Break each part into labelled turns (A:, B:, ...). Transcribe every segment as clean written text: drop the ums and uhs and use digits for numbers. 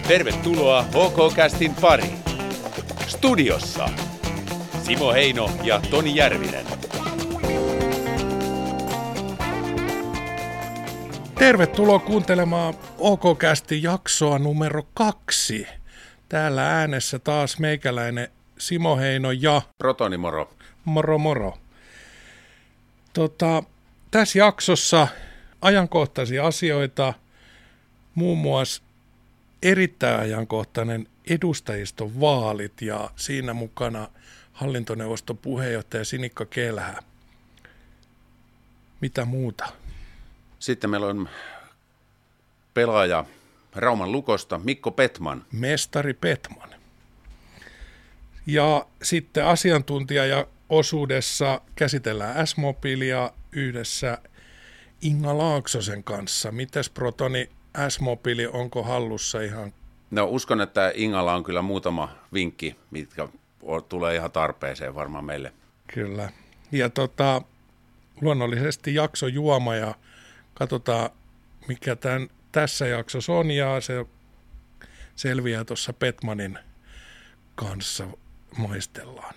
A: Tervetuloa HK-Castin pariin. Studiossa Simo Heino ja Toni Järvinen.
B: Tervetuloa kuuntelemaan HK-Castin jaksoa numero 2. Täällä äänessä taas meikäläinen Simo Heino ja
A: Protoni moro.
B: Moro. Tässä jaksossa ajankohtaisia asioita, muun muassa erittäin ajankohtainen edustajiston vaalit ja siinä mukana hallintoneuvoston puheenjohtaja Sinikka Kelhä. Mitä muuta?
A: Sitten meillä on pelaaja Rauman Lukosta, Mikko Petman.
B: Mestari Petman. Ja sitten asiantuntijaosuudessa käsitellään S-mobiilia yhdessä Inga Laaksosen kanssa. Mites Protoni, S-mobiili, onko hallussa ihan?
A: No uskon, että Ingalla on kyllä muutama vinkki, mitkä tulee ihan tarpeeseen varmaan meille.
B: Kyllä. Ja luonnollisesti jaksojuoma ja katsotaan mikä tässä jaksossa on ja se selviää tuossa Petmanin kanssa maistellaan.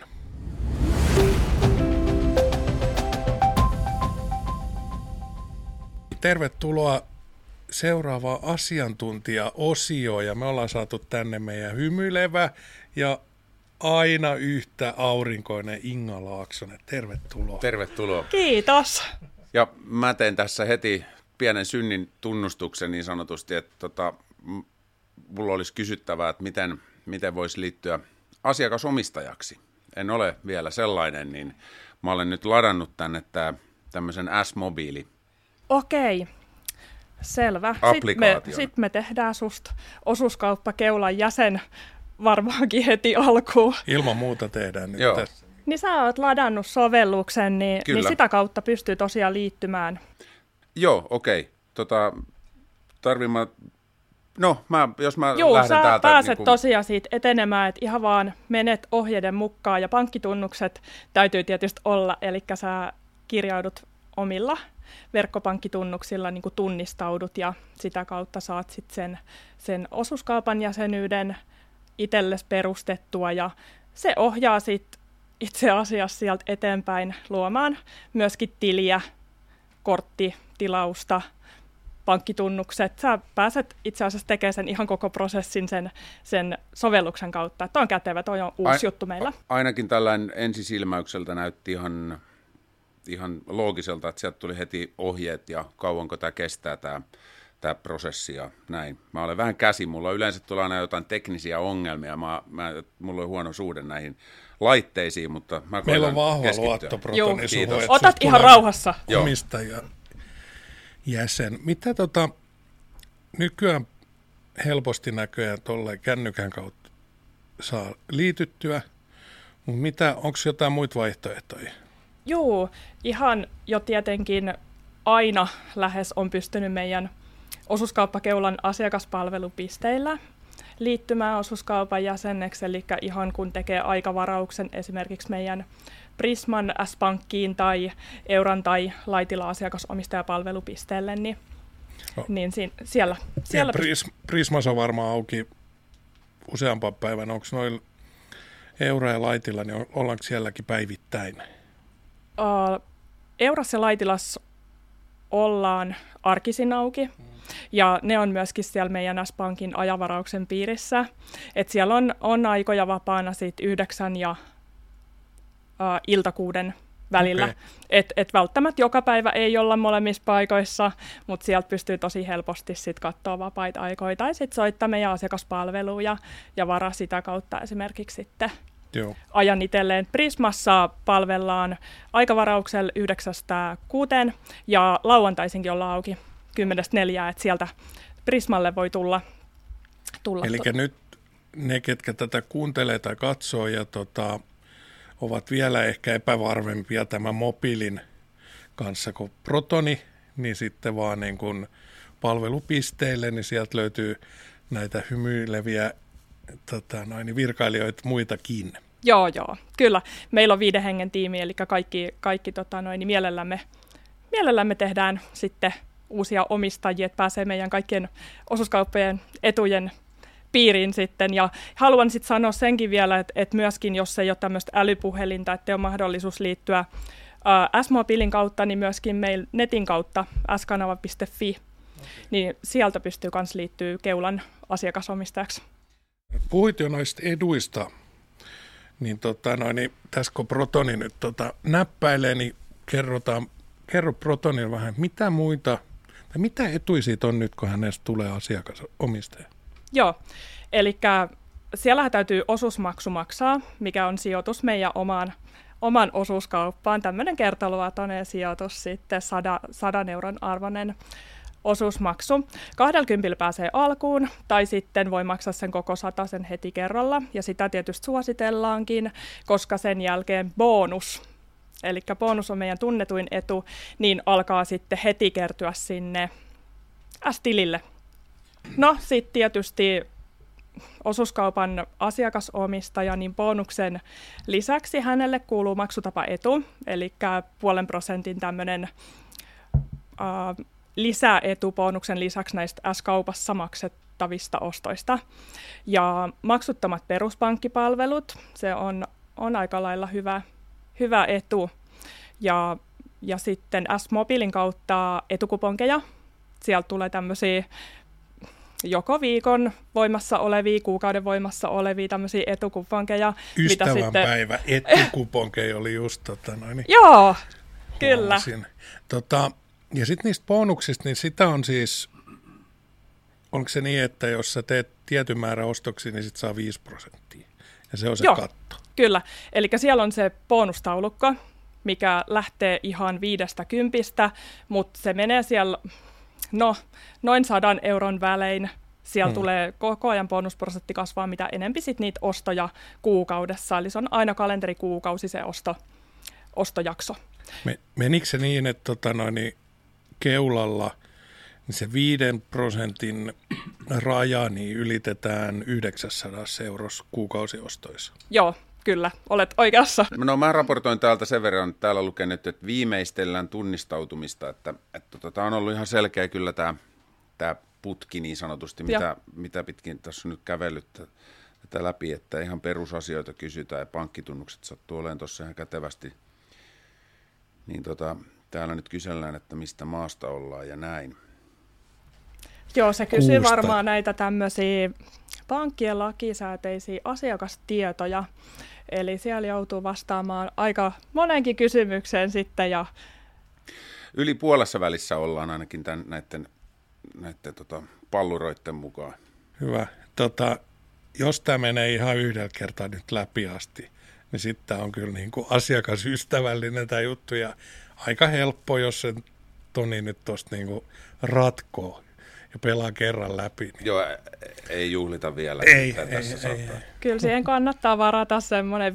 B: Tervetuloa seuraavaan asiantuntijaosioon ja me ollaan saatu tänne meidän hymyilevä ja aina yhtä aurinkoinen Inga Laaksonen. Tervetuloa.
A: Tervetuloa.
C: Kiitos.
A: Ja mä teen tässä heti pienen synnin tunnustuksen niin sanotusti, että mulla olisi kysyttävää, että miten voisi liittyä asiakasomistajaksi. En ole vielä sellainen, niin mä olen nyt ladannut tänne tämmöisen S-mobiili.
C: Okei, selvä. Sitten me tehdään susta osuuskauppakeulan jäsen varmaankin heti alkuun.
B: Ilman muuta tehdään nyt tässä.
C: Niin sä oot ladannut sovelluksen, niin sitä kautta pystyy tosiaan liittymään.
A: Joo, okei. Jos mä
C: Joo,
A: lähden
C: sä
A: täältä...
C: pääset tosiaan siitä etenemään, että ihan vaan menet ohjeiden mukaan ja pankkitunnukset täytyy tietysti olla, eli sä kirjaudut omilla verkkopankkitunnuksilla, niin kuin tunnistaudut ja sitä kautta saat sitten sen osuuskaupan jäsenyyden itsellesi perustettua ja se ohjaa sitten itse asiassa sieltä eteenpäin luomaan myöskin tiliä, korttitilausta, pankkitunnukset. Sä pääset itse asiassa tekemään sen ihan koko prosessin sen sovelluksen kautta. Tuo on kätevä, tuo on uusi juttu meillä.
A: Ainakin tällainen ensisilmäykseltä näytti ihan loogiselta, että sieltä tuli heti ohjeet ja kauanko tämä kestää tämä prosessi ja näin. Mä olen vähän mulla yleensä tulee aina jotain teknisiä ongelmia. Mulla on huono suhde näihin laitteisiin, mutta mä
B: meillä on vahva luotto Protoni suhun.
C: Otat ihan rauhassa.
B: Omistaja jäsen. Mitä nykyään helposti näköjään tuolla kännykän kautta saa liityttyä, mutta onko jotain muita vaihtoehtoja?
C: Joo, ihan jo tietenkin aina lähes on pystynyt meidän osuuskauppakeulan asiakaspalvelupisteillä liittymään osuuskaupan jäseneksi, eli ihan kun tekee aikavarauksen esimerkiksi meidän Prisman S-pankkiin tai Euran tai Laitila asiakasomistajapalvelupisteelle, niin siellä
B: Prismas on varmaan auki useampaan päivän. Onko noilla Eura ja Laitila, niin ollaanko sielläkin päivittäin?
C: Eurassa ja Laitilassa ollaan arkisin auki. Ja ne on myöskin siellä meidän S-pankin ajavarauksen piirissä. Et siellä on aikoja vapaana siitä 9 ja ilta 6 välillä. Okay. Et välttämättä joka päivä ei olla molemmissa paikoissa, mutta sieltä pystyy tosi helposti sit katsoa vapaita aikoja. Tai sitten soittaa meidän asiakaspalveluun ja varaa sitä kautta esimerkiksi sitten ajan itselleen. Prismassa palvellaan aikavarauksella 9-6 ja lauantaisinkin ollaan auki 10-4, että sieltä Prismalle voi tulla.
B: Eli nyt ne, ketkä tätä kuuntelee tai katsoo ja ovat vielä ehkä epävarvempia tämän mobiilin kanssa kuin Protoni, niin sitten vaan niin kuin palvelupisteille, niin sieltä löytyy näitä hymyileviä virkailijoita muitakin.
C: Joo, kyllä. Meillä on 5 hengen tiimi, eli kaikki mielellämme tehdään sitten uusia omistajia, että pääsee meidän kaikkien osuuskauppojen etujen piiriin sitten. Ja haluan sitten sanoa senkin vielä, että myöskin jos ei ole tämmöistä älypuhelinta, että on mahdollisuus liittyä S-mobiilin kautta, niin myöskin meillä netin kautta skanava.fi, niin sieltä pystyy myös liittyä Keulan asiakasomistajaksi.
B: Puhuit jo noista eduista, niin, niin tässä kun Protoni nyt näppäilee, niin kerro Protonille vähän, mitä muita, tai mitä etuja siitä on nyt, kun hänestä tulee asiakasomistaja?
C: Joo, eli siellä täytyy osuusmaksu maksaa, mikä on sijoitus meidän oman osuuskauppaan. Tämmöinen kertaluontoinen sijoitus sitten 100 euron arvoinen osuusmaksu. 20 pääsee alkuun, tai sitten voi maksaa sen koko 100 heti kerralla, ja sitä tietysti suositellaankin, koska sen jälkeen bonus, eli bonus on meidän tunnetuin etu, niin alkaa sitten heti kertyä sinne S-tilille. No sitten tietysti osuuskaupan asiakasomistaja, niin bonuksen lisäksi hänelle kuuluu maksutapaetu, eli 0,5% tämmöinen lisäetu bonuksen lisäksi näistä S-kaupassa maksettavista ostoista. Ja maksuttomat peruspankkipalvelut, se on aika lailla hyvä etu. Ja sitten S-mobiilin kautta etukuponkeja. Sieltä tulee tämmöisiä joko viikon voimassa olevia, kuukauden voimassa olevia tämmöisiä etukuponkeja.
B: Ystävänpäivä etukuponkeja oli just
C: Joo, kyllä.
B: Ja sitten niistä bonuksista, niin sitä on siis, onko se niin, että jos sä teet tietyn määrän ostoksia, niin sit saa 5%. Ja se on se katto.
C: Kyllä. Eli siellä on se bonustaulukko, mikä lähtee ihan 50, mutta se menee siellä noin 100 euron välein. Siellä tulee koko ajan bonusprosentti kasvaa, mitä enempi sit niitä ostoja kuukaudessa. Eli se on aina kalenterikuukausi se ostojakso.
B: Menikö se niin, että Keulalla niin se 5% raja niin ylitetään 900 eurossa kuukausiostoissa?
C: Joo, kyllä, olet oikeassa.
A: No mä raportoin täältä sen verran, että täällä lukee nyt, että viimeistellään tunnistautumista, että on ollut ihan selkeä kyllä tämä putki niin sanotusti, mitä pitkin tässä on nyt kävellyt tätä läpi, että ihan perusasioita kysytään ja pankkitunnukset sattuu olemaan tuossa ihan kätevästi. Niin täällä nyt kysellään, että mistä maasta ollaan ja näin.
C: Joo, se kysyy varmaan näitä tämmöisiä pankkien lakisääteisiä asiakastietoja. Eli siellä joutuu vastaamaan aika monenkin kysymykseen sitten.
A: Yli puolessa välissä ollaan ainakin näiden palluroiden mukaan.
B: Hyvä. Jos tämä menee ihan yhdellä kertaa nyt läpi asti, niin sitten tämä on kyllä niin kuin asiakasystävällinen tämä juttu ja aika helppo, jos se Toni nyt tuosta niin kuin ratkoo ja pelaa kerran läpi. Niin.
A: Joo, ei juhlita vielä.
B: Ei.
C: Kyllä siihen kannattaa varata semmoinen 15-20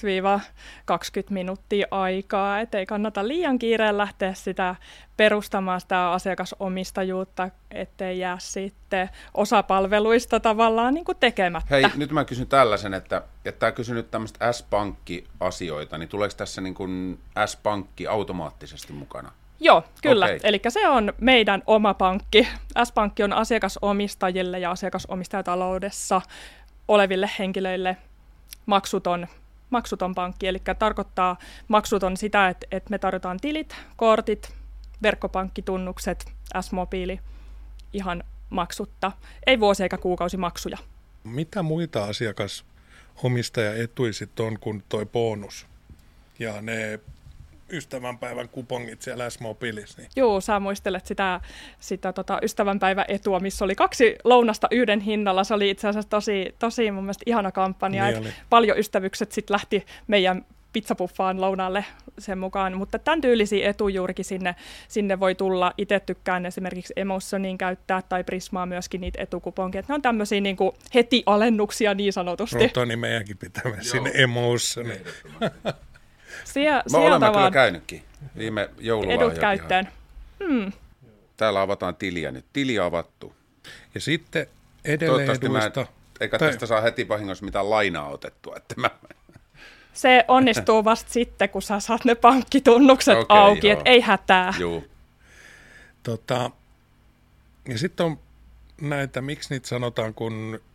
C: minuuttia aikaa, ettei kannata liian kiireen lähteä sitä perustamaan sitä asiakasomistajuutta, ettei jää sitten osa palveluista tavallaan niin kuin tekemättä.
A: Hei, nyt mä kysyn tällaisen, että tämä kysy nyt tämmöistä S-pankki-asioita, niin tuleeko tässä niin kuin S-pankki automaattisesti mukana?
C: Joo, kyllä. Okay. Eli se on meidän oma pankki. S-pankki on asiakasomistajille ja asiakasomistajataloudessa oleville henkilöille maksuton pankki. Eli tarkoittaa maksuton sitä, että me tarjotaan tilit, kortit, verkkopankkitunnukset, S-mobiili ihan maksutta. Ei vuosi- eikä kuukausimaksuja.
B: Mitä muita asiakasomistajaetuja sitten on kuin toi bonus ja ne ystävänpäivän kupongit siellä S-mobiilissa? Niin.
C: Joo, sä muistelet sitä ystävänpäiväetua, missä oli 2 lounasta yhden hinnalla. Se oli itse asiassa tosi mun mielestä ihana kampanja. Niin paljon ystävykset sitten lähti meidän pizzapuffaan lounaalle sen mukaan, mutta tämän tyylisiä etuja juurikin sinne voi tulla. Itse tykkään esimerkiksi Emotionin käyttää tai Prismaa myöskin niitä etukuponkia. Ne on tämmöisiä niin kuin heti alennuksia niin sanotusti.
B: Protoni meidänkin pitää sinne Emotioniin.
A: Mä olemme kyllä käynytkin viime joululahjat.
C: Edut käyttöön.
A: Täällä avataan tiliä nyt. Tili avattu.
B: Ja sitten edelleen eduista.
A: Eikä tästä saa heti vahingossa mitään lainaa otettua.
C: Se onnistuu vasta sitten, kun sä saat ne pankkitunnukset auki, että ei hätää.
A: Joo.
B: Ja sitten on näitä, miksi niitä sanotaan, kun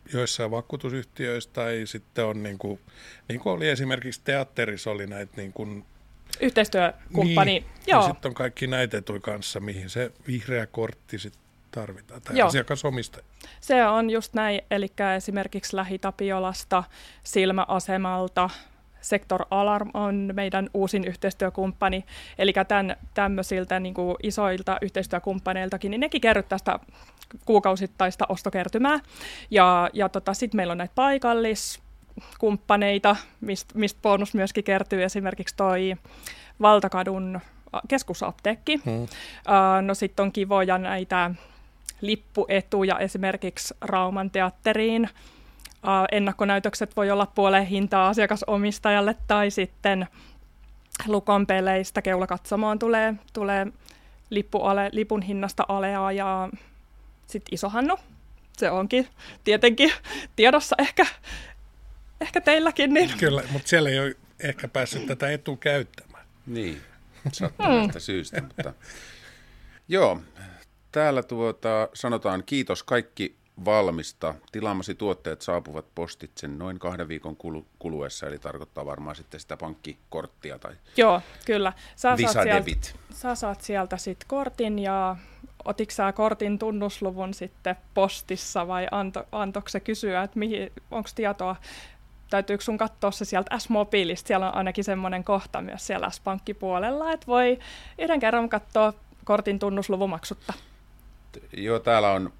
B: joissain vakuutusyhtiöissä tai sitten on niin kuin oli esimerkiksi teatterissa oli näitä niin kuin
C: yhteistyökumppani.
B: Niin,
C: joo.
B: Ja sitten on kaikki näitä etuja kanssa, mihin se vihreä kortti sitten tarvitaan, tai asiakasomistaja.
C: Se on just näin, eli esimerkiksi Lähi-Tapiolasta, Silmäasemalta, Sector Alarm on meidän uusin yhteistyökumppani, eli tämmöisiltä niin kuin isoilta yhteistyökumppaneiltakin, niin nekin kerryttää sitä kuukausittaista ostokertymää. Ja sitten meillä on näitä paikalliskumppaneita, mistä bonus myöskin kertyy, esimerkiksi toi Valtakadun keskusapteekki. No sitten on kivoja näitä lippuetuja esimerkiksi Rauman teatteriin. Ennakkonäytökset voi olla puoleen hintaa asiakasomistajalle tai sitten Lukon peleistä keulakatsomoon tulee lipun hinnasta alea ja sitten Isohannu. Se onkin tietenkin tiedossa ehkä teilläkin. Niin.
B: Kyllä, mutta siellä ei ole ehkä päässyt tätä etua käyttämään.
A: Niin, sattuneesta syystä. Mutta. Joo, täällä sanotaan kiitos kaikki valmista. Tilaamasi tuotteet saapuvat postitse noin 2 viikon kuluessa, eli tarkoittaa varmaan sitten sitä pankkikorttia tai
C: Joo, kyllä.
A: Visa-debit.
C: Sä saat sieltä sitten kortin ja otitko sä kortin tunnusluvun sitten postissa vai antoiko se kysyä, että onko tietoa, täytyykö sun katsoa se sieltä S-mobiilista, siellä on ainakin semmoinen kohta myös siellä S-pankkipuolella, että voi yhden kerran katsoa kortin tunnusluvun maksutta.
A: Joo, täällä on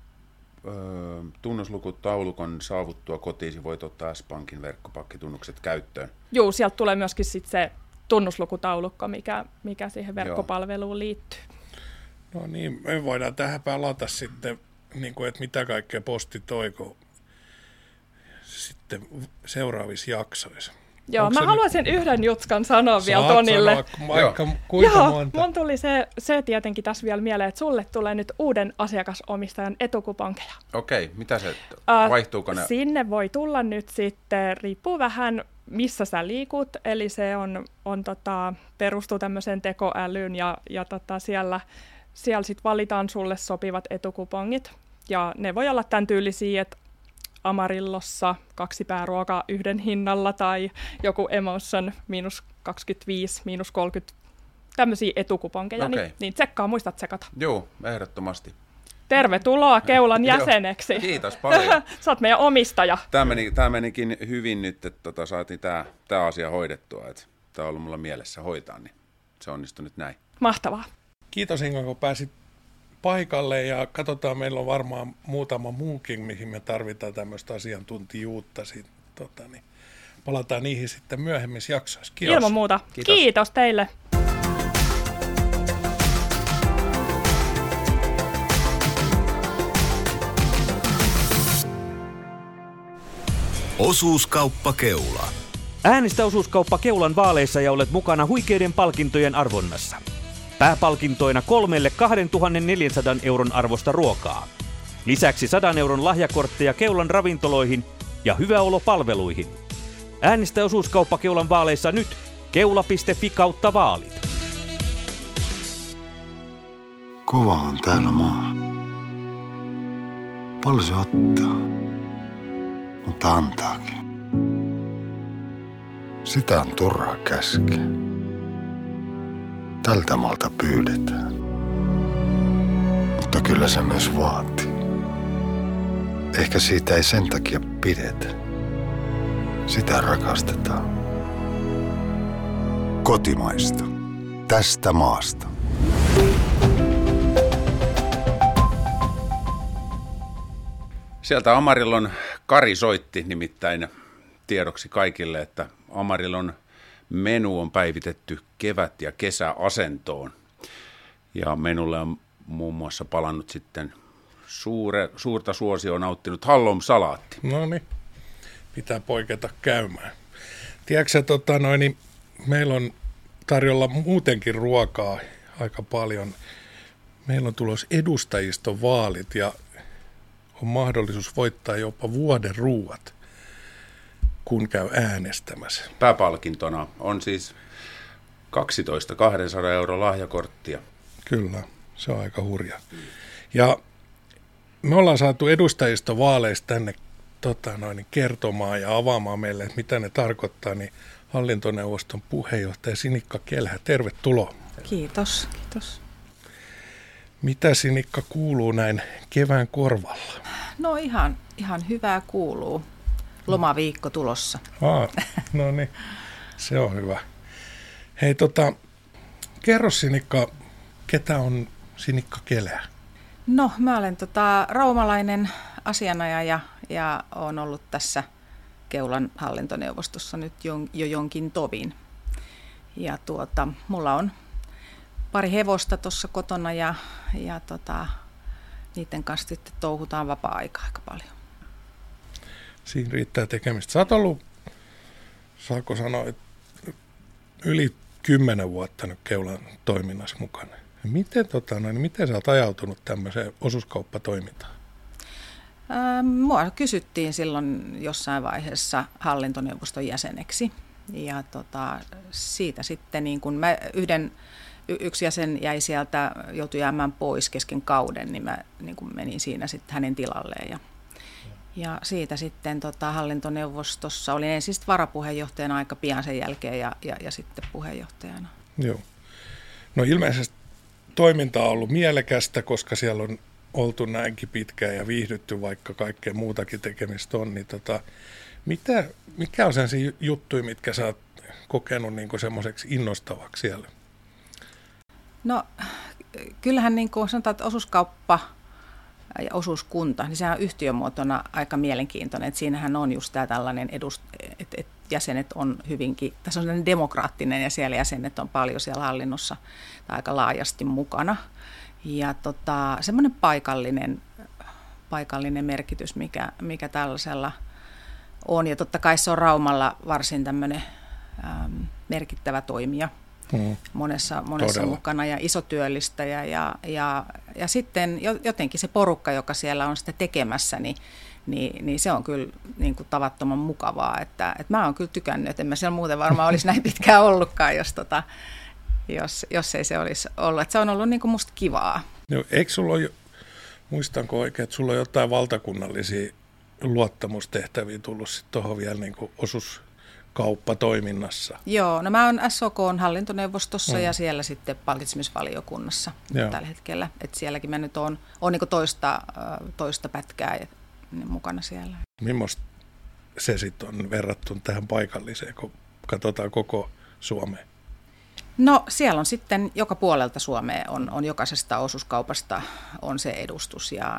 A: tunnuslukutaulukon saavuttua kotiisi, voit ottaa S-pankin verkkopankkitunnukset käyttöön.
C: Joo, sieltä tulee myöskin sit se tunnuslukutaulukko, mikä siihen verkkopalveluun liittyy.
B: No niin, me voidaan tähän palata sitten, niin kuin, että mitä kaikkea posti toiko sitten seuraavissa jaksoissa.
C: Joo, mä haluaisin yhden jutskan sanoa vielä Tonille.
B: Saat sanoa vaikka kuinka monta.
C: Mun tuli se tietenkin tässä vielä mieleen, että sulle tulee nyt uuden asiakasomistajan etukuponkeja.
A: Okei, mitä se, vaihtuuko ne?
C: Sinne voi tulla nyt sitten, riippuu vähän missä sä liikut, eli se perustuu tämmöiseen tekoälyyn ja siellä sitten valitaan sulle sopivat etukupongit. Ja ne voi olla tämän tyylisiä, että Amarillossa 2 pääruokaa yhden hinnalla tai joku Emotion -25, -30, tämmöisiä etukuponkeja, niin tsekkaa, muista tsekata.
A: Joo, ehdottomasti.
C: Tervetuloa Keulan jäseneksi.
A: Kiitos paljon.
C: Sä oot meidän omistaja.
A: Tämä menikin hyvin nyt, että saatiin tämä asia hoidettua. Tämä on ollut mulla mielessä hoitaa, niin se onnistui nyt näin.
C: Mahtavaa.
B: Kiitos Inga, kun pääsit paikalle ja katsotaan, meillä on varmaan muutama muukin, mihin me tarvitaan tämmöistä asiantuntijuutta. Niin palataan niihin sitten myöhemmissä jaksoissa. Kiitos.
C: Ilman muuta. Kiitos teille.
D: Osuuskauppa Keula.
E: Äänistä osuuskauppa Keulan vaaleissa ja olet mukana huikeiden palkintojen arvonnassa. Pääpalkintoina 3 2 400 euron arvosta ruokaa. Lisäksi 100 euron lahjakortteja Keulan ravintoloihin ja hyväolopalveluihin. Äänistä osuuskauppa Keulan vaaleissa nyt keula.fi/vaalit.
F: Kova on täällä maa. Paljon se ottaa, mutta antaakin. Sitä on turha käskeä. Tältä maalta pyydetään. Mutta kyllä se myös vaatii. Ehkä siitä ei sen takia pidetä. Sitä rakastetaan. Kotimaista. Tästä maasta.
A: Sieltä Amarillon Kari soitti nimittäin tiedoksi kaikille, että Amarillon menu on päivitetty kevät- ja kesäasentoon. Ja menulle on muun muassa palannut sitten suurta suosioon nauttinut hallom-salaatti.
B: No niin, pitää poiketa käymään. Tiedätkö, niin meillä on tarjolla muutenkin ruokaa aika paljon. Meillä on tulossa edustajistovaalit ja on mahdollisuus voittaa jopa vuoden ruuat, kun käy äänestämässä.
A: Pääpalkintona on siis 12 200 € lahjakorttia.
B: Kyllä, se on aika hurja. Ja me ollaan saatu edustajistovaaleista tänne kertomaan ja avaamaan meille, että mitä ne tarkoittaa, niin hallintoneuvoston puheenjohtaja Sinikka Kelhä, tervetuloa.
D: Kiitos, kiitos.
B: Mitä Sinikka kuuluu näin kevään korvalla?
D: No ihan hyvää kuuluu. Lomaviikko tulossa.
B: No niin, se on hyvä. Hei kerro Sinikka, ketä on Sinikka Kelhä?
D: No mä olen raumalainen asianajaja ja olen ollut tässä Keulan hallintoneuvostossa nyt jo jonkin tovin. Ja mulla on pari hevosta tuossa kotona ja niiden kanssa sitten touhutaan vapaa-aikaa aika paljon.
B: Siinä riittää tekemistä. Sä oot ollut, saako sanoa, yli 10 vuotta nyt Keulan toiminnassa mukana. Miten sä oot ajautunut tämmöiseen osuuskauppatoimintaan?
D: Mua kysyttiin silloin jossain vaiheessa hallintoneuvoston jäseneksi. Ja siitä sitten niin kun yksi jäsen jäi sieltä, joutui jäämään pois kesken kauden, niin mä niin kun menin siinä sitten hänen tilalleen. Ja siitä sitten hallintoneuvostossa olin ensin varapuheenjohtajana aika pian sen jälkeen ja sitten puheenjohtajana.
B: Joo. No ilmeisesti toiminta on ollut mielekästä, koska siellä on oltu näinkin pitkään ja viihdytty, vaikka kaikkea muutakin tekemistä on. Niin mikä on sellaisia juttuja, mitkä sä oot kokenut niin semmoiseksi innostavaksi siellä?
D: No kyllähän niin kuin sanotaan, että osuuskauppa ja osuuskunta, niin sehän on yhtiömuotona aika mielenkiintoinen. Että siinähän on just tämä tällainen että jäsenet on hyvinkin, tässä on sellainen demokraattinen ja siellä jäsenet on paljon siellä hallinnossa tai aika laajasti mukana. Ja semmoinen paikallinen merkitys, mikä tällaisella on. Ja totta kai se on Raumalla varsin tämmöinen merkittävä toimija monessa mukana ja iso työllistäjä. Ja sitten jotenkin se porukka, joka siellä on sitä tekemässä, niin se on kyllä niin kuin tavattoman mukavaa. Että mä oon kyllä tykännyt, että en mä siellä muuten varmaan olisi näin pitkään ollutkaan, jos ei se olisi ollut. Että se on ollut niin kuin musta kivaa.
B: No, eikö sulla ole, muistanko oikein, että sulla on jotain valtakunnallisia luottamustehtäviä tullut sitten tuohon vielä niin kuin osuuskauppatoiminnassa? Joo,
D: no mä oon SOK:n hallintoneuvostossa ja siellä sitten palkitsemisvaliokunnassa tällä hetkellä. Että sielläkin mä nyt oon niin kuin toista pätkää mukana siellä.
B: Millaista se sitten on verrattuna tähän paikalliseen, kun katsotaan koko Suomea?
D: No siellä on sitten joka puolelta Suomea on jokaisesta osuuskaupasta on se edustus ja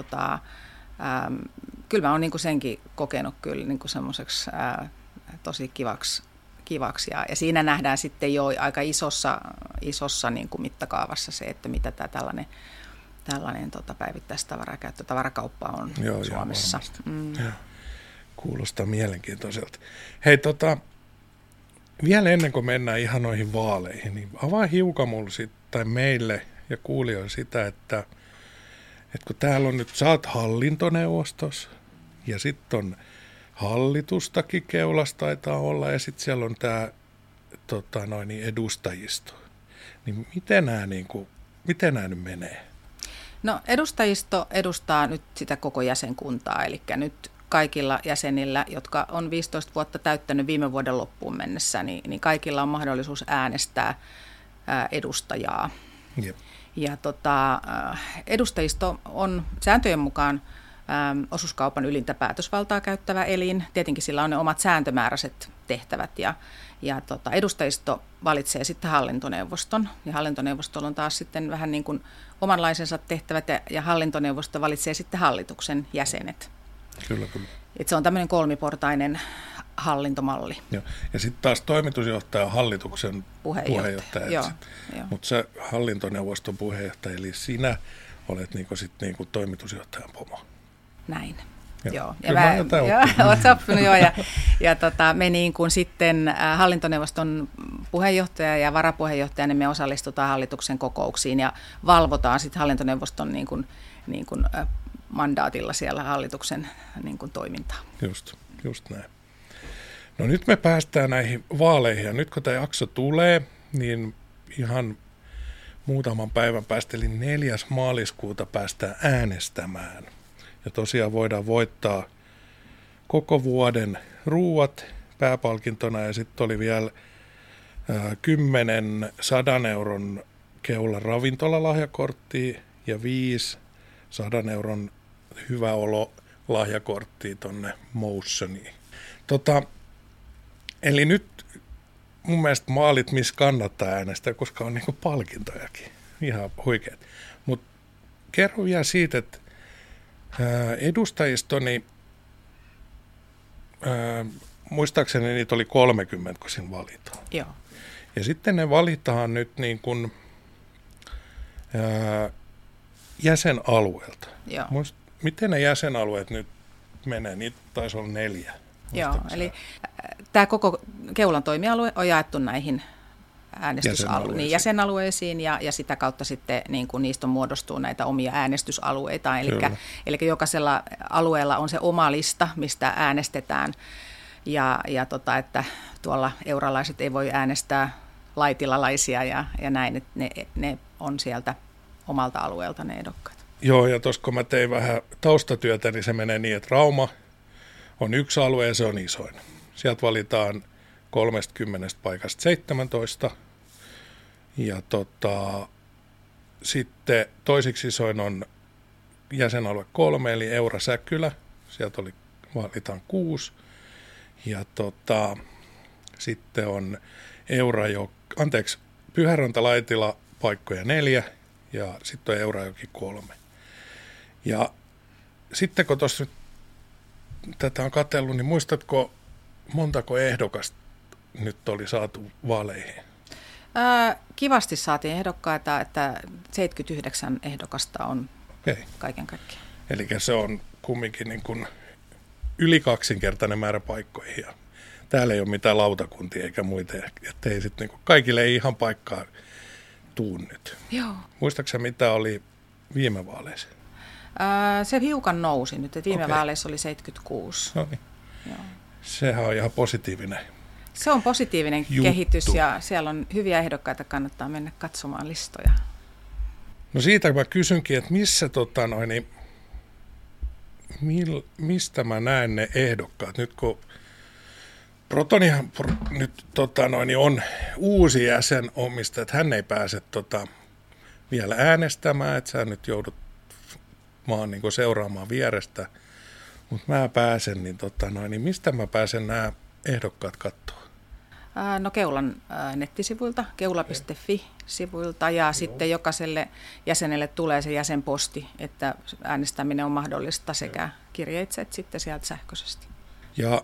D: kyllä mä oon niinku senkin kokenut kyllä niinku semmoiseksi tosi kivaksi ja siinä nähdään sitten jo aika isossa niinku mittakaavassa se, että mitä tämä tällainen päivittäistavarakauppa on Suomessa.
B: Kuulostaa mielenkiintoiselta. Hei vielä ennen kuin mennään ihan noihin vaaleihin, niin avaa hiukan mulle tai meille ja kuulijoille sitä, että kun täällä on nyt, sä oot hallintoneuvostossa ja sitten on hallitustakin Keulassa taitaa olla ja sitten siellä on tämä edustajisto. Niin miten nämä nyt menee?
D: No edustajisto edustaa nyt sitä koko jäsenkuntaa, eli nyt kaikilla jäsenillä, jotka on 15 vuotta täyttänyt viime vuoden loppuun mennessä, niin kaikilla on mahdollisuus äänestää edustajaa. Jep. Ja edustajisto on sääntöjen mukaan osuuskaupan ylintä päätösvaltaa käyttävä elin. Tietenkin sillä on ne omat sääntömääräiset tehtävät ja edustajisto valitsee sitten hallintoneuvoston ja hallintoneuvostolla on taas sitten vähän niin kuin omanlaisensa tehtävät ja hallintoneuvosto valitsee sitten hallituksen jäsenet.
B: Kyllä.
D: Et se on tämmöinen kolmiportainen hallintomalli.
B: Joo. Ja sitten taas toimitusjohtaja on hallituksen puheenjohtaja. Mutta se hallintoneuvoston puheenjohtaja, eli sinä olet niinku toimitusjohtajan pomo.
D: Näin. Joo.
B: Olet
D: oppinut joo. Ja me niin kuin sitten hallintoneuvoston puheenjohtaja ja varapuheenjohtaja, niin me osallistutaan hallituksen kokouksiin ja valvotaan sitten hallintoneuvoston niin kuin mandaatilla siellä hallituksen niin kuin toimintaa.
B: Just näin. No nyt me päästään näihin vaaleihin ja nyt kun tämä jakso tulee, niin ihan muutaman päivän päästä, eli 4. maaliskuuta päästään äänestämään. Ja tosiaan voidaan voittaa koko vuoden ruuat pääpalkintona ja sitten oli vielä 10 100 euron Keulan ravintolalahjakorttia ja 5 100 euron hyvä olo lahjakorttia tonne Motioniin. Eli nyt mun mielestä maalit, missä kannattaa äänestää, koska on niinku palkintojakin. Ihan huikeat. Mutta kerro vielä siitä, että edustajistoni, muistaakseni niitä oli 30, kun siinä valitaan.
D: Joo.
B: Ja sitten ne valitaan nyt niin kuin jäsenalueelta.
D: Joo.
B: Miten ne jäsenalueet nyt menee? Niitä taisi olla 4.
D: Joo, eli tämä koko Keulan toimialue on jaettu näihin jäsenalueisiin ja sitä kautta sitten niin kuin niistä muodostuu näitä omia äänestysalueita. Eli jokaisella alueella on se oma lista, mistä äänestetään että tuolla euralaiset ei voi äänestää laitilalaisia ja näin, että ne on sieltä omalta alueelta ne ehdokkaat.
B: Joo, ja tuossa kun mä tein vähän taustatyötä, niin se menee niin, että Rauma on yksi alue ja se on isoin. Sieltä valitaan 30 paikasta 17 ja sitten toisiksi isoin on jäsenalue 3 eli Eura-Säkylä. Sieltä valitaan 6 ja sitten on Pyhäranta-Laitila paikkoja 4 ja sitten on Eurajoki 3. Ja sitten kun tuossa tätä on katsellut, niin muistatko montako ehdokasta nyt oli saatu vaaleihin?
D: Kivasti saatiin ehdokkaita, että 79 ehdokasta on kaiken kaikkiaan.
B: Eli se on kumminkin niin kuin yli 2-kertainen määrä paikkoihin. Ja täällä ei ole mitään lautakuntia eikä muita, ettei sitten niin kaikille ei ihan paikkaa tuu nyt.
D: Joo.
B: Muistaaksä mitä oli viime vaaleissa?
D: Se hiukan nousi nyt, että viime vaaleissa oli 76.
B: No niin. Joo. Sehän on ihan positiivinen.
D: Se on positiivinen kehitys ja siellä on hyviä ehdokkaita, kannattaa mennä katsomaan listoja.
B: No siitä mä kysynkin, että missä mistä mä näen ne ehdokkaat? Nyt kun Protonihan nyt on uusi jäsen omista, että hän ei pääse vielä äänestämään, että sä nyt joudut maan niin seuraamaan vierestä, mutta mä pääsen, niin mistä mä pääsen nämä ehdokkaat katsoa?
D: No Keulan nettisivuilta, keula.fi-sivuilta ja sitten jokaiselle jäsenelle tulee se jäsenposti, että äänestäminen on mahdollista sekä kirjeitse että sitten sieltä sähköisesti.
B: Ja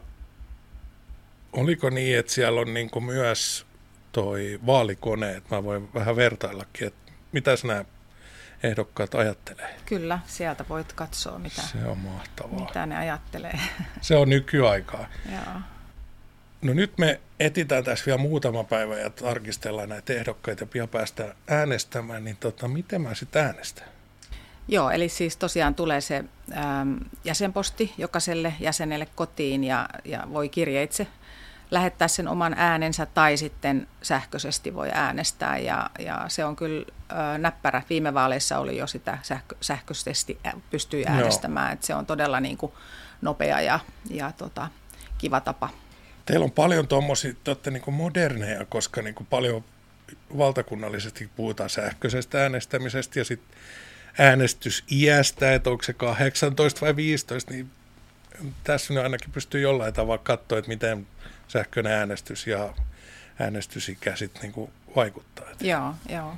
B: oliko niin, että siellä on niin kuin myös toi vaalikone, että mä voin vähän vertaillakin, että mitäs nämä ehdokkaat ajattelee?
D: Kyllä, sieltä voit katsoa,
B: se on mahtavaa.
D: Mitä ne ajattelee.
B: Se on nykyaikaa.
D: Joo.
B: No nyt me etsitään tässä vielä muutama päivä ja tarkistellaan näitä ehdokkaita ja pian päästään äänestämään, niin miten mä sitten äänestän?
D: Joo, eli siis tosiaan tulee se jäsenposti jokaiselle jäsenelle kotiin ja voi kirjeitse lähettää sen oman äänensä tai sitten sähköisesti voi äänestää ja se on kyllä näppärä. Viime vaaleissa oli jo sitä sähköisesti pystyi äänestämään, että se on todella niin kuin nopea ja kiva tapa.
B: Teillä on paljon tuommoisia niin moderneja, koska niin kuin paljon valtakunnallisesti puhutaan sähköisestä äänestämisestä ja sitten äänestysiästä, että onko se 18 vai 15, niin tässä nyt ainakin pystyy jollain tavalla katsoa, että miten sähköinen äänestys ja äänestysikä sitten niin kuin vaikuttaa.
D: Joo.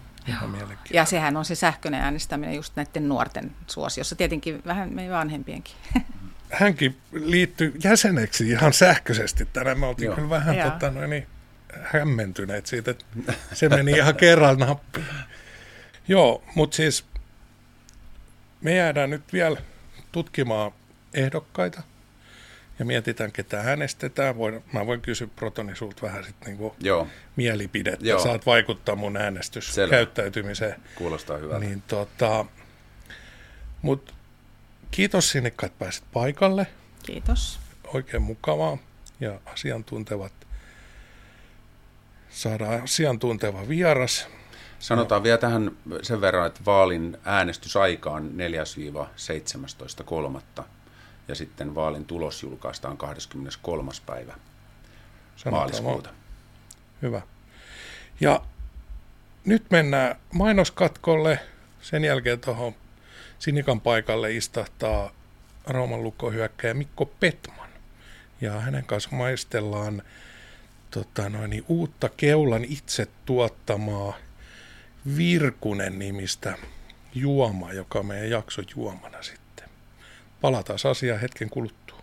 D: Ja sehän on se sähköinen äänestäminen just näiden nuorten suosiossa, tietenkin vähän meidän vanhempienkin.
B: Hänkin liittyi jäseneksi ihan sähköisesti tänään. Me oltiin kyllä vähän hämmentyneet siitä, että se meni ihan kerran nappiin. Joo, mutta siis me jäädään nyt vielä tutkimaan ehdokkaita ja mietitään, ketä äänestetään. Mä voin kysyä Protoni sulta vähän sitten niinku mielipidettä. Joo. Saat vaikuttaa mun äänestyskäyttäytymiseen.
A: Kuulostaa hyvältä.
B: Niin, mut kiitos Sinikka, että pääsit paikalle.
D: Kiitos.
B: Oikein mukavaa ja saadaan asiantunteva vieras.
A: Sanotaan vielä tähän sen verran, että vaalin äänestysaika on 4-17.3. ja sitten vaalin tulos julkaistaan 23. päivä maaliskuuta.
B: Hyvä. Ja nyt mennään mainoskatkolle. Sen jälkeen tuohon Sinikan paikalle istahtaa Rauman Lukko-hyökkääjä Mikko Petman. Ja hänen kanssa maistellaan uutta Keulan itse tuottamaa Virkunen-nimistä juomaa, joka on meidän jaksojuomana sitten. Palataan asiaan hetken kuluttua.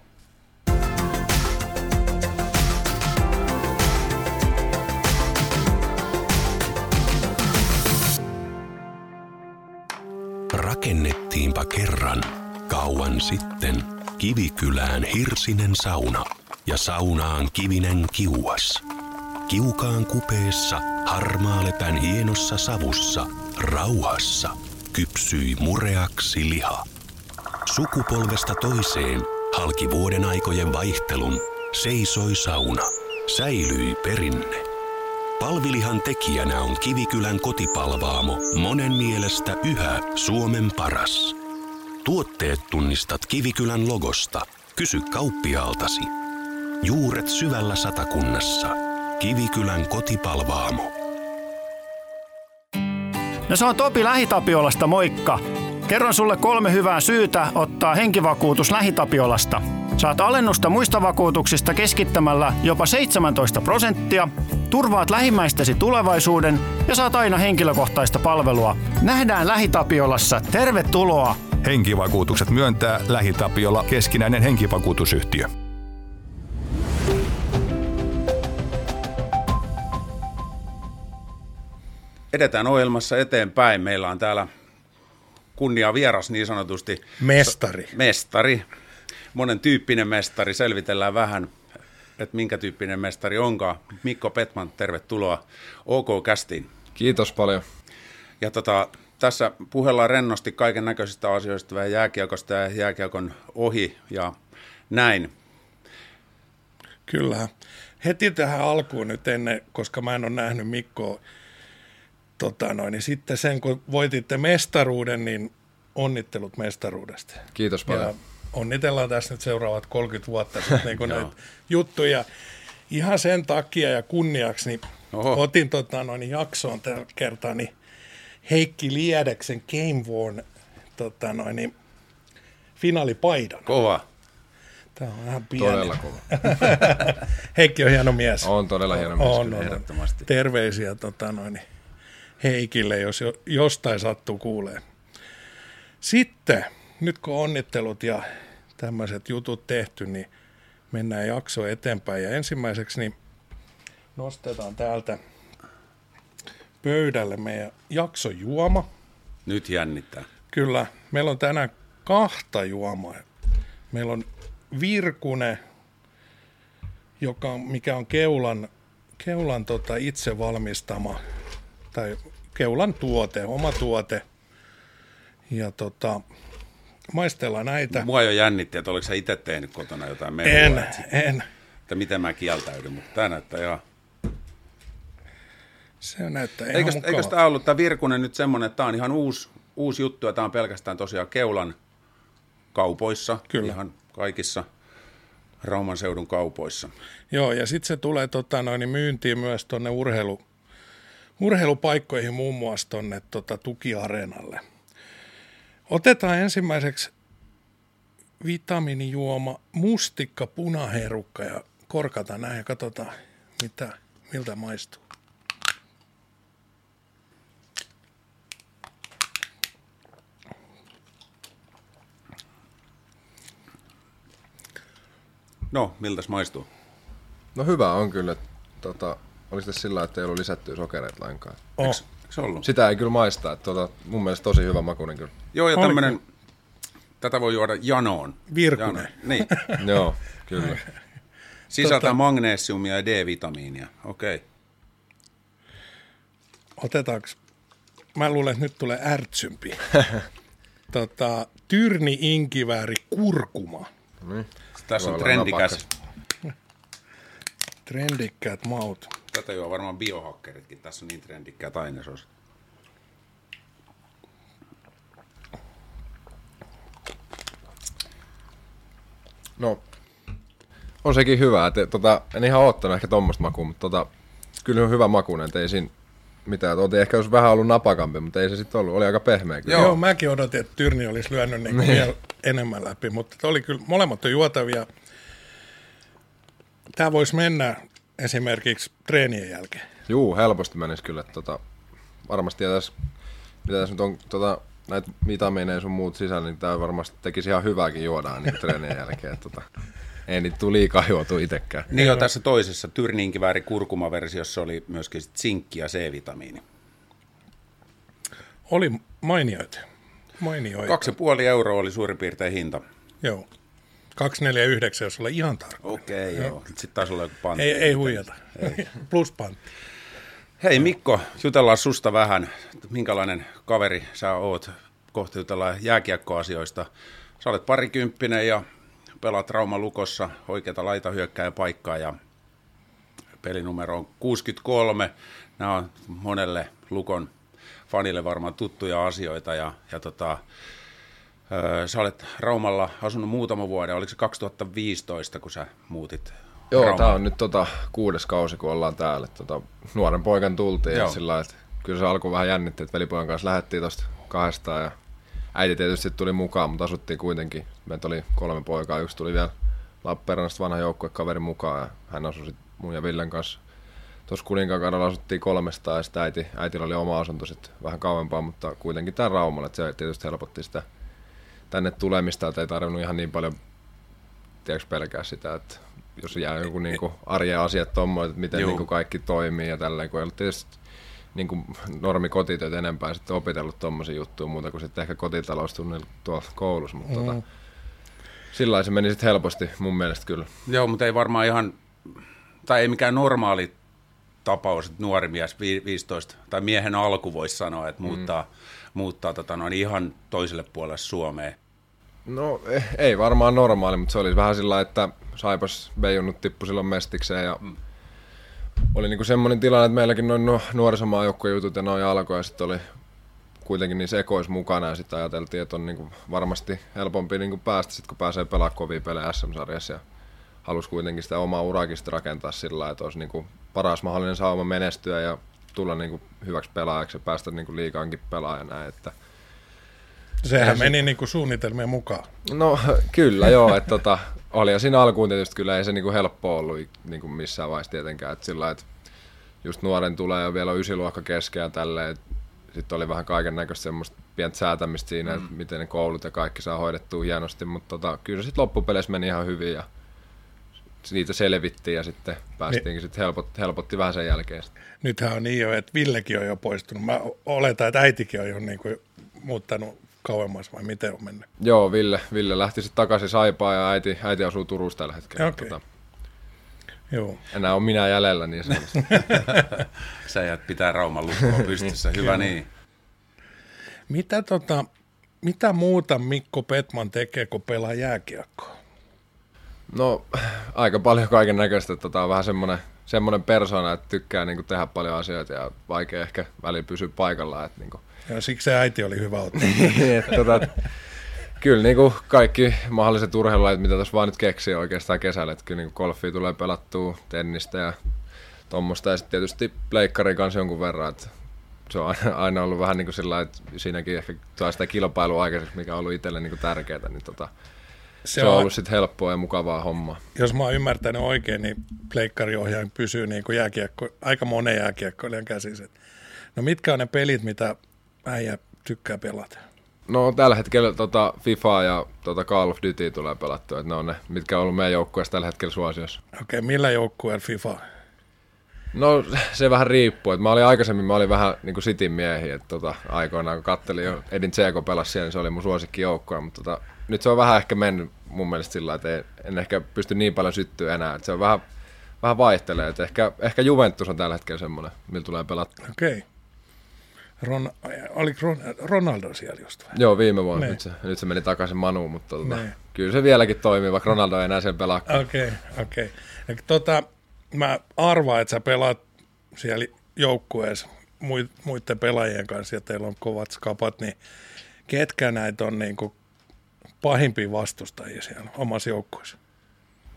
G: Rakennettiinpa kerran, kauan sitten, Kivikylään hirsinen sauna ja saunaan kivinen kiuas. Kiukaan kupeessa, harmaalepän hienossa savussa, rauhassa, kypsyi mureaksi liha. Sukupolvesta toiseen halki vuoden aikojen vaihtelun, seisoi sauna, säilyi perinne. Palvilihan tekijänä on Kivikylän kotipalvaamo, monen mielestä yhä Suomen paras. Tuotteet tunnistat Kivikylän logosta. Kysy kauppiaaltasi. Juuret syvällä Satakunnassa. Kivikylän kotipalvaamo.
H: No se on Topi Lähitapiolasta, moikka! Kerron sulle 3 hyvää syytä ottaa henkivakuutus Lähitapiolasta. Saat alennusta muista vakuutuksista keskittämällä jopa 17%, turvaat lähimmäistäsi tulevaisuuden ja saat aina henkilökohtaista palvelua. Nähdään Lähitapiolassa. Tervetuloa!
I: Henkivakuutukset myöntää Lähitapiola keskinäinen henkivakuutusyhtiö.
A: Edetään ohjelmassa eteenpäin. Meillä on täällä kunnia vieras niin sanotusti. Mestari. Monen tyyppinen mestari. Selvitellään vähän, että minkä tyyppinen mestari onkaan. Mikko Petman, tervetuloa OK-kästiin.
J: Kiitos paljon.
A: Ja tässä puhellaan rennosti kaiken näköisistä asioista, vähän jääkiekosta ja jääkiekon ohi ja näin.
B: Kyllä. Heti tähän alkuun nyt ennen, koska mä en ole nähnyt Mikkoa, niin sitten sen kun voititte mestaruuden, niin onnittelut mestaruudesta.
J: Kiitos paljon.
B: Ja onnitellaan tässä nyt seuraavat 30 vuotta sitten niin näitä juttuja. Ihan sen takia ja kunniaksi niin otin jaksoon tällä kertaa niin Heikki Liedeksen Game Worn finaalipaidan.
A: Kova.
B: Tämä on vähän pieni.
J: Todella kova.
B: Heikki on hieno mies.
J: On todella hieno mies.
B: On ehdottomasti. Terveisiä Heikille, jos jostain sattuu kuulee. Sitten, nyt kun onnittelut ja tämmöiset jutut tehty, niin mennään jakso eteenpäin. Ja ensimmäiseksi niin nostetaan täältä pöydälle meidän jaksojuoma.
A: Nyt jännittää.
B: Kyllä. Meillä on tänään 2 juomaa. Meillä on Virkunen, mikä on Keulan itse valmistama, tai Keulan tuote, oma tuote. Ja maistellaan näitä.
A: Mua jo jännitti, että oliko sä itse tehnyt kotona jotain melua?
B: En.
A: Että miten mä kieltäydyn, mutta tämä näyttää ihan...
B: Se näyttää ihan mukavalta.
A: Eikö tämä ollut tämä Virkunen nyt semmoinen, että tämä on ihan uusi juttu, ja tämä on pelkästään tosiaan Keulan kaupoissa,
B: kyllä.
A: Ihan kaikissa Rauman seudun kaupoissa.
B: Joo, ja sitten se tulee myyntiin myös tuonne urheilupaikkoihin, muun muassa tuonne Tuki-areenalle. Otetaan ensimmäiseksi vitamiinijuoma, mustikka, punaherukka ja korkataan näin ja katsotaan, miltä maistuu.
A: No, miltäs maistuu?
J: No hyvä on kyllä. Oli sitten sillä, että ei ollut lisättyä sokereita lainkaan.
A: Eikö se ollut?
J: Sitä ei kyllä maistaa. Mun mielestä tosi hyvä makuinen kyllä.
A: Joo, ja tätä voi juoda janoon.
B: Virkunen.
A: Niin.
J: Joo, kyllä.
A: Sisältää magneesiumia ja D-vitamiinia. Okei.
B: Otetaanko? Mä luulen, että nyt tulee ärtsympi. Tyrni, inkivääri, kurkuma.
A: Tässä on trendikäs.
B: Trendikkäät maut.
A: Tätä juo varmaan biohakkeritkin. Tässä on niin trendikkäät ainesosat.
J: No, on sekin hyvä. Että, en ihan ottanut ehkä tommoista makua, mutta kyllä on hyvä makuinen, että ei siinä mitään. Oltiin ehkä jos vähän ollut napakampi, mutta ei se sitten ollut. Oli aika pehmeä kyllä.
B: Joo, mäkin odotin, että Tyrni olisi lyönyt niin vielä enemmän läpi, mutta oli kyllä, molemmat on juotavia. Tämä voisi mennä esimerkiksi treenien jälkeen.
J: Juu, helposti menisi kyllä. Varmasti tietäisi, mitä tässä nyt on näitä vitamiineja sun muut sisällä, niin tämä varmasti tekisi ihan hyvääkin juodaan niin treenien jälkeen. Ei niitä tule liikaa juotua itsekään.
A: Niin jo tässä toisessa Tyrni-inkivääri kurkuma-versiossa oli myöskin sinkki ja C-vitamiini.
B: Oli mainioita.
A: 2,5 euroa oli suurin piirtein hinta.
B: Joo. 249, jos ollaan ihan tarkka.
A: Okei, joo. Sitten taisi olla joku pantti.
B: Ei huijata. Plus pantti.
A: Hei Mikko, jutellaan susta vähän. Minkälainen kaveri sä oot? Kohta jutellaan jääkiekkoasioista. Sä olet parikymppinen ja pelaat Rauman Lukossa oikeata laitahyökkääjän paikkaa ja pelinumero on 63. Nämä on monelle Lukon fanille varmaan tuttuja asioita ja sä olet Raumalla asunut muutama vuoden. Oliko se 2015, kun sä muutit?
J: Joo, tää on nyt 6. kausi, kun ollaan täällä. Nuoren poikan tultiin ja sillä että kyllä se alkoi vähän jännitti, että velipojan kanssa lähdettiin tuosta 2 ja äiti tietysti tuli mukaan, mutta asuttiin kuitenkin. Meitä oli 3 poikaa, yksi tuli vielä Lappeenrannasta vanha joukkuekaveri mukaan ja hän asui sitten mun ja Villen kanssa. Tuossa Kuninkaankaudella asuttiin 3 ja sitten äitillä oli oma asunto sitten vähän kauempaa, mutta kuitenkin tää Raumalla, että se tietysti helpotti sitä tänne tulemista, että ei tarvinnut ihan niin paljon pelkää sitä, että jos jää joku niinku arjen asiat tommoinen, että miten niinku kaikki toimii ja tälleen, kun ei ollut tietysti niinku normi kotitöitä enempää sitten opitellut tommosia juttuja muuta kuin sitten ehkä kotitaloustunnilla tuolla koulussa, mutta sillä se meni sitten helposti mun mielestä kyllä.
A: Joo, mutta ei varmaan ihan, tai ei mikään normaali tapaus, että nuori mies 15, tai miehen alku voisi sanoa, että muuttaa ihan toiselle puolelle Suomeen.
J: No ei varmaan normaali, mutta se oli vähän sillä, että Saipas Beijunut tippui silloin mestikseen ja oli niinku semmoinen tilanne, että meilläkin noin nuorisomaajoukkueen jutut ja noin alkoi ja sitten oli kuitenkin niin sekois mukana ja sitten ajateltiin, että on niinku varmasti helpompi niinku päästä sit kun pääsee pelaamaan kovia pelejä SM-sarjassa ja halusi kuitenkin sitä omaa uraakin rakentaa sillä, että olisi niinku paras mahdollinen sauma menestyä ja tulla niinku hyväksi pelaajaksi ja päästä niinku liigaankin pelaajana, että
B: sehän meni niinku suunnitelmien mukaan.
J: No kyllä joo, että oli ja siinä alkuun tietysti kyllä ei se niinku helppoa ollut niinku missään vaiheessa tietenkään, että sillä että just nuoren tulee ja vielä on 9-luokka kesken ja tälleen, sitten oli vähän kaiken näköistä semmoista pientä säätämistä siinä, että miten ne koulut ja kaikki saa hoidettua hienosti, mutta kyllä se sitten loppupeleissä meni ihan hyvin ja niitä selvittiin ja sitten päästiinkin sitten helpotti vähän sen jälkeen.
B: Nythän on niin jo, että Villekin on jo poistunut. Mä oletan, että äitikin on jo niinku muuttanut kauemmas vai miten on mennyt?
J: Joo, Ville lähti sitten takaisin Saipaan ja äiti asuu Turussa tällä hetkellä.
B: Okay. Joo.
J: Enää on minä jäljellä niin sanotusti.
A: Sä jäät pitää Rauman Lukkoa pystyssä, hyvä niin.
B: Mitä muuta Mikko Petman tekee, kun pelaa jääkiekkoa?
J: No aika paljon kaiken näköistä. On vähän semmoinen persona, että tykkää niinku tehdä paljon asioita ja vaikea ehkä väliin pysyä paikallaan. Että niinku.
B: Ja siksi se äiti oli hyvä ottaa.
J: Kyllä niinku kaikki mahdolliset urheilulajit, mitä tuossa vaan nyt keksii oikeastaan kesällä. Että kyllä niinku golfia tulee pelattua, tennistä ja tuommoista. Ja sitten tietysti pleikkarin kanssa jonkun verran. Että se on aina ollut vähän niin kuin sillä, että siinäkin ehkä saa sitä kilpailua aikaiseksi, mikä on ollut itselle niin kuin tärkeää. Niin se on ollut sitten helppoa ja mukavaa hommaa.
B: Jos mä oon ymmärtänyt oikein, niin pleikkariohjaaja pysyy niin kuin aika monen jääkiekkoilijan käsissä. No mitkä on ne pelit, mitä äijä tykkää pelata?
J: No tällä hetkellä FIFA ja Call of Duty tulee pelattua. Että ne on ne, mitkä on ollut meidän joukkueessa tällä hetkellä suosiossa.
B: Okei, millä joukkueella FIFA?
J: No se vähän riippuu. Mä olin vähän niin kuin Cityn miehiä. Aikoinaan kun kattelin jo Edin Dzeko pelasi siellä, niin se oli mun suosikkijoukkue. Mutta nyt se on vähän ehkä mennyt mun mielestä sillä, että en ehkä pysty niin paljon syttyä enää. Että se on vähän vaihtelee. Että ehkä Juventus on tällä hetkellä semmoinen, millä tulee pelattua.
B: Okei. Oliko Ronaldo siellä just vai?
J: Joo, viime vuonna. Nyt se meni takaisin Manuun, mutta kyllä se vieläkin toimii, vaikka Ronaldo ei enää siellä pelaa.
B: Okei. Mä arvaan, että sä pelaat siellä joukkueessa muiden pelaajien kanssa ja teillä on kovat skapat, niin ketkä näitä on niin kuin pahimpia vastustajia siellä omassa joukkueessa?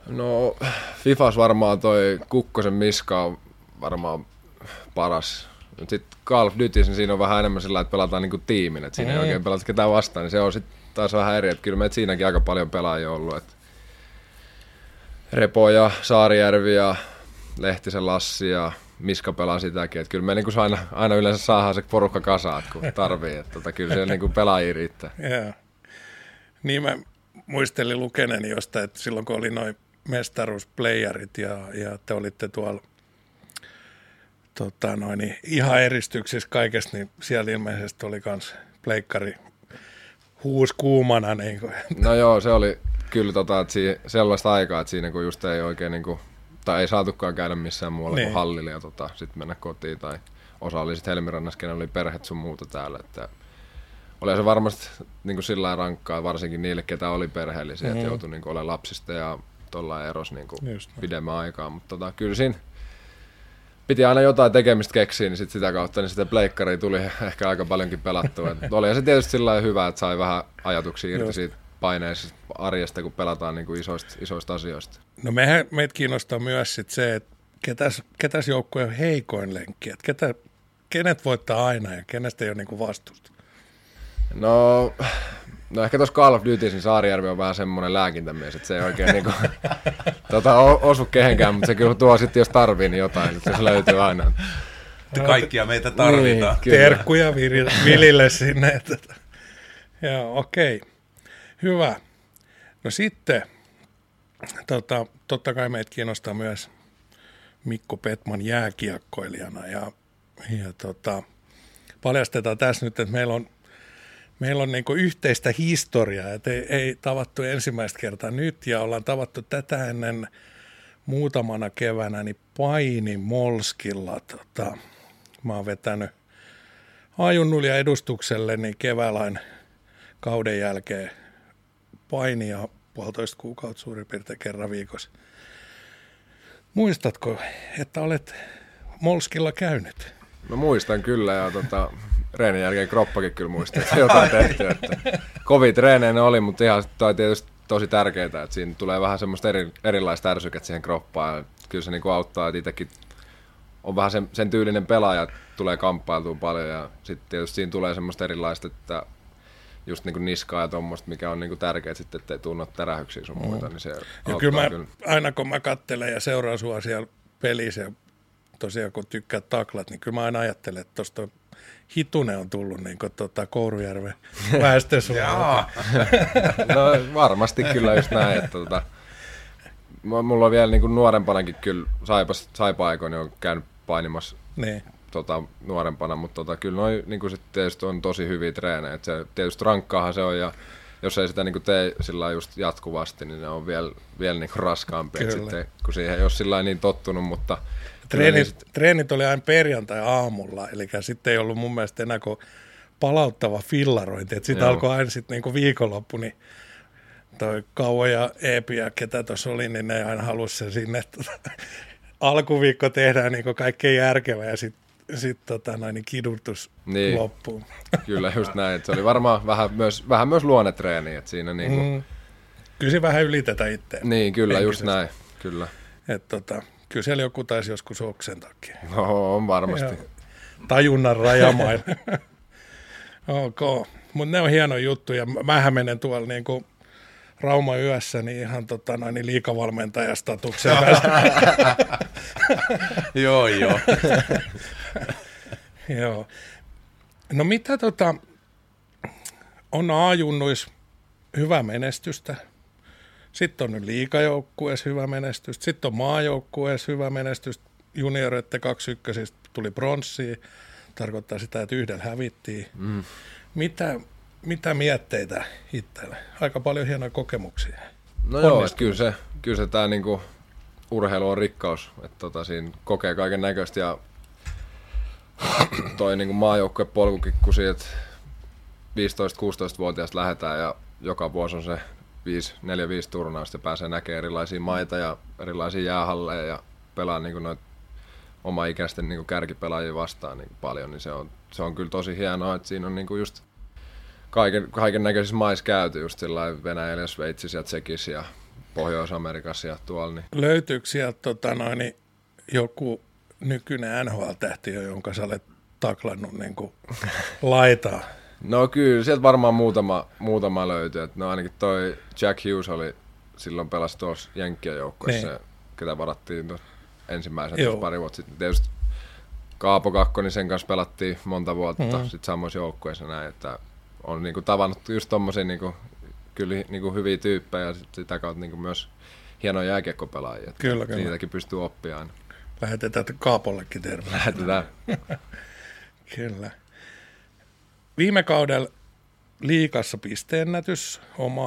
J: No Fifas varmaan toi Kukkosen Miska on varmaan paras. Sitten Call of Duty, niin siinä on vähän enemmän sillä, että pelataan niinku tiimin, että siinä ei oikein pelata ketään vastaan, niin se on sitten taas vähän eri, että kyllä meitä siinäkin aika paljon pelaajia on ollut. Että Repo ja Saarijärvi ja Lehtisen Lassi ja Miska pelaa sitäkin, että kyllä me niinku aina yleensä saadaan se porukka kasaan, kun tarvii, että kyllä siellä niinku pelaajia riittää.
B: Yeah. Niin mä muistelin lukeneeni jostain, että silloin kun oli noin mestaruusplayerit ja te olitte tuolla niin ihan eristyksissä kaikesta, niin siellä ilmeisesti oli kans pleikkari huus kuumana. Niin kuin.
J: No joo, se oli kyllä että sellaista aikaa, että siinä kun just ei oikein niinku, tai ei saatukaan käydä missään muualla kuin hallilla ja sitten mennä kotiin, tai osa oli sitten Helmirannassa, kenellä oli perhet sun muuta täällä, että oli se varmasti niin kuin sillä lailla rankkaa, varsinkin niille, ketä oli perheellisiä, että joutui niin kuin olemaan lapsista ja tuollain erosi niin pidemmän aikaa, mutta kyllä siinä piti aina jotain tekemistä keksiä, niin sitä kautta niin sitä pleikkaria tuli ehkä aika paljonkin pelattua. Oli se tietysti sillä lailla hyvä, että sai vähän ajatuksia irti siitä paineisesta arjesta, kun pelataan niin kuin isoista asioista.
B: No meitä kiinnostaa myös sit se, että ketäs joukkue on heikoin lenkki, että kenet voittaa aina ja kenestä ei ole niin kuin vastusta.
J: No ehkä tuossa Call of Duty Saarijärvi on vähän semmoinen lääkintämies, että se ei oikein niinku, osu kehenkään, mutta se kyllä tuo sitten, jos tarvii, niin jotain, että se löytyy aina.
A: Kaikkia meitä tarvitaan.
B: Niin, terkkuja Vilille sinne. Joo, okei. Hyvä. No sitten, totta kai meitä kiinnostaa myös Mikko Petman jääkiekkoilijana ja paljastetaan tässä nyt, että meillä on niin kuin yhteistä historiaa, että ei tavattu ensimmäistä kertaa nyt ja ollaan tavattu tätä ennen muutamana keväänä niin Paini Molskilla. Mä oon vetänyt Ajunnulia edustukselle niin keväälain kauden jälkeen painia 1,5 kuukautta suurin piirtein kerran viikossa. Muistatko, että olet Molskilla käynyt?
J: No muistan kyllä ja treenin jälkeen kroppakin kyllä muistaa, että jotain tehty. Että kovia treenejä ne oli, mutta ihan toi tietysti tosi tärkeää, että siinä tulee vähän semmoista erilaista ärsykettä siihen kroppaan. Kyllä se niinku auttaa, että itsekin on vähän sen tyylinen pelaaja, että tulee kamppailtua paljon ja sitten tietysti siinä tulee semmoista erilaista, että just niinku niskaa ja tommoista, mikä on niinku tärkeää sitten, ettei tunnu tärähyksiä sun muita, niin se auttaa
B: kyllä. Aina kun mä katselen ja seuraan sua siellä pelissä ja tosiaan kun tykkäät taklat, niin kyllä mä aina ajattelen, että tuosta Hitunen on tullut niin kuin Kourujärven väestösuojelta.
J: No varmasti kyllä just näin, että mulla on vielä niin kuin nuorempanakin kyllä Saipa-aikoina on käynyt painimassa nuorempana, mutta kyllä noi niin kuin sit tietysti on tosi hyviä treenejä. Et se, tietysti rankkaahan se on ja jos ei sitä niin kuin tee sillä just jatkuvasti, niin ne on vielä niin kuin raskaampia sitten, kun siihen ei ole sillä niin tottunut, mutta
B: Treenit oli aina perjantai-aamulla, eli sitten ei ollut mun mielestä enää kuin palauttava fillarointi, että sitten alkoi aina sitten niinku viikonloppu, niin toi Kauo ja Eepi ja ketä tuossa oli, niin ne aina halusi sen sinne, että alkuviikko tehdään niinku kaikkein järkevää ja sitten kidutus loppuun.
J: Kyllä just näin, että se oli varmaan vähän myös luonnetreeni, että siinä niinku
B: kyllä se vähän ylitetä itseään.
J: Niin, kyllä just näin, kyllä.
B: Että kyllä siellä joku taisi joskus oksentakin.
J: No, on varmasti.
B: Tajunnan rajamailla. Ok, mutta ne on hieno juttu ja mähän menen tuolla niinku Rauma yössä niin ihan niin liikavalmentajastatuksen kanssa.
A: Joo.
B: Joo. No mitä on A-junnuissa hyvä menestystä? Sitten on nyt liigajoukkueessa hyvä menestystä. Sitten on maajoukkueessa hyvä menestystä. Junioreiden 21 tuli pronssia. Tarkoittaa sitä, että yhdellä hävittiin. Mitä mietteitä itselle? Aika paljon hienoja kokemuksia.
J: No joo, kyllä se tämä niinku urheilu on rikkaus. Että siinä kokee kaiken näköistä ja toi niinku maajoukkuepolkukin, kun siitä 15-16-vuotiaasta lähdetään ja joka vuosi on se 4-5 turnausta ja pääsee näkemään erilaisia maita ja erilaisia jäähalleja ja pelaa niinku noita omaikäisten niinku kärkipelaajia vastaan niinku paljon, niin se on kyllä tosi hienoa, että siinä on niinku just kaiken näköisissä maissa käyty just sellainen Venäjällä, Sveitsissä ja Tsekissä ja Pohjois-Amerikassa ja tuolla. Niin.
B: Löytyykö sieltä joku nykyinen NHL-tähti, jonka sä olet taklannut niin kuin laitaa?
J: No kyllä, sieltä varmaan muutama löytyy. No ainakin toi Jack Hughes oli silloin pelasi tuossa Jenkkien joukkueessa, niin. Ketä varattiin ensimmäisen pari vuotta sitten. Tietysti Kaapo Kakko, niin sen kanssa pelattiin monta vuotta sitten samoissa joukkueissa näin, että on niinku tavannut just tommosia niinku, kyllä niinku hyviä tyyppejä ja sitä kautta niinku myös hienoja jääkiekkopelaajia.
B: Kyllä.
J: Niitäkin pystyy oppimaan.
B: Lähetetään Kaapollekin terveisiä.
J: Lähetetään.
B: Kyllä. Viime kaudella liigassa pisteennätys oma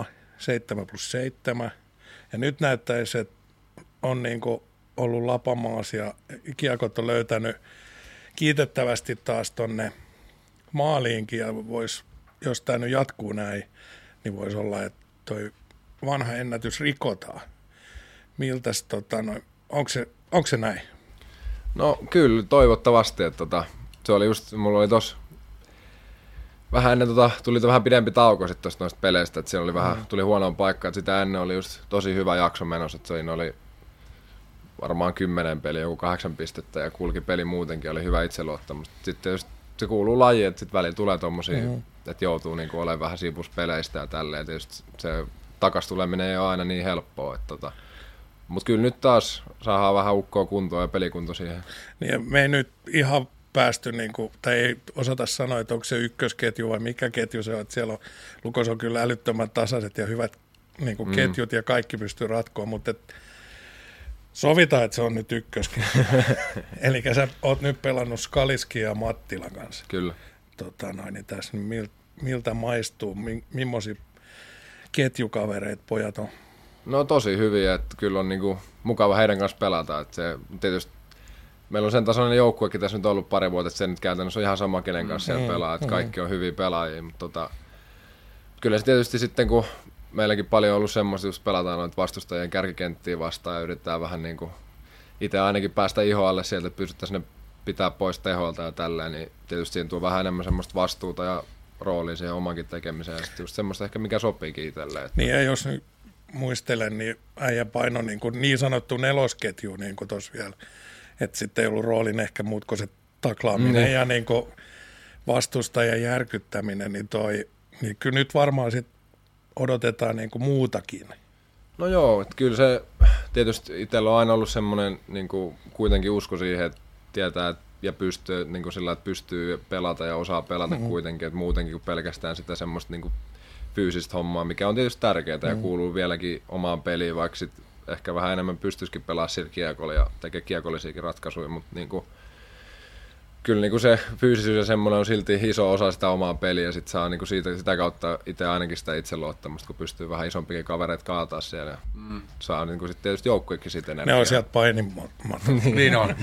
B: 7+7 ja nyt näyttäisi, että on niinku ollut lapamaas ja kiekot on löytänyt kiitettävästi taas tonne maaliinkin ja jos tämä nyt jatkuu näin, niin voisi olla, että toi vanha ennätys rikotaan. Miltäs onko se näin?
J: No kyllä, toivottavasti, että se oli just, mulla oli tossa vähän ennen tuli vähän pidempi tauko sitten noista peleistä, että siellä oli vähän, tuli huonoon paikkaan, että sitä ennen oli just tosi hyvä jakso menossa, että siinä oli varmaan 10 peliä, joku 8 pistettä ja kulki peli muutenkin, oli hyvä itseluottamus. Sitten just se kuuluu lajiin, että sitten välillä tulee tommosia, että joutuu niinku olemaan vähän sivussa peleistä ja tälleen. Tietysti se takas tuleminen ei ole aina niin helppoa. Mutta kyllä nyt taas saadaan vähän ukkoa kuntoa ja pelikunto siihen.
B: Niin, me ei nyt ihan päästy, tai ei osata sanoa, että onko se ykkösketju vai mikä ketju se on. Että siellä on, Lukos on kyllä älyttömän tasaiset ja hyvät ketjut ja kaikki pystyy ratkoa, mutta sovitaan, että se on nyt ykköskin. Eli sä oot nyt pelannut Skaliskin ja Mattilan kanssa.
J: Kyllä.
B: Niin tässä miltä maistuu, millaisia ketjukavereita pojat on?
J: No tosi hyviä, että kyllä on niinku mukava heidän kanssa pelata. Että se, tietysti meillä on sen tasoinen joukkuekin tässä nyt ollut pari vuotta, että se nyt käytännössä on ihan sama kenen kanssa siellä pelaa, että kaikki on hyviä pelaajia. Mutta kyllä se tietysti sitten, kun meilläkin paljon on ollut semmoista, jos pelataan noita vastustajien kärkikenttiä vastaan ja yritetään vähän niin kuin itse ainakin päästä ihoalle sieltä, että pystyttäisiin ne pitää pois tehoilta ja tälleen, niin tietysti siinä tuo vähän enemmän semmoista vastuuta ja roolia siihen omankin tekemiseen ja sitten just semmoista ehkä mikä sopiikin itselleen.
B: Niin ja jos nyt muistelen, niin äijä paino niin sanottu nelosketju niin kuin tuossa vielä, että sitten ei ollut roolin ehkä muut kuin se taklaaminen ja niin kuin vastustajan järkyttäminen, niin kyllä nyt varmaan sitten odotetaan niin kuin muutakin.
J: No joo, että kyllä se tietysti itsellä on aina ollut semmoinen niin kuin kuitenkin usko siihen, että tietää ja pystyy, niin kuin sillä, että pystyy pelata ja osaa pelata kuitenkin, että muutenkin kuin pelkästään sitä semmoista niin kuin fyysistä hommaa, mikä on tietysti tärkeää ja kuuluu vieläkin omaan peliin, vaikka sit ehkä vähän enemmän pystyisikin pelaamaan sillä kiekolla ja tekee kiekollisiakin ratkaisuja, mutta niin kuin kyllä niin kuin se fyysisyys ja semmoinen on silti iso osa sitä omaa peliä ja sit saa niin kuin sitä kautta itse ainakin sitä itseluottamusta, kun pystyy vähän isompikin kavereita kaataa siellä ja saa niin kuin sit tietysti joukkuekin sit energiaa.
B: Ne on sieltä painimatta.
A: Niin on.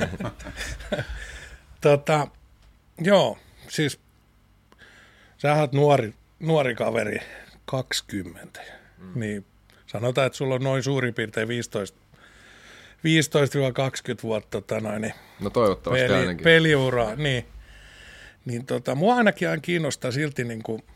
B: Joo, siis sä oot nuori kaveri, 20, niin sanotaan, että sulla on noin suurin piirtein 15-20 vuotta
J: no toivottavasti ainakin.
B: Peliuraa, niin mua ainakin aina kiinnostaa silti niin kuin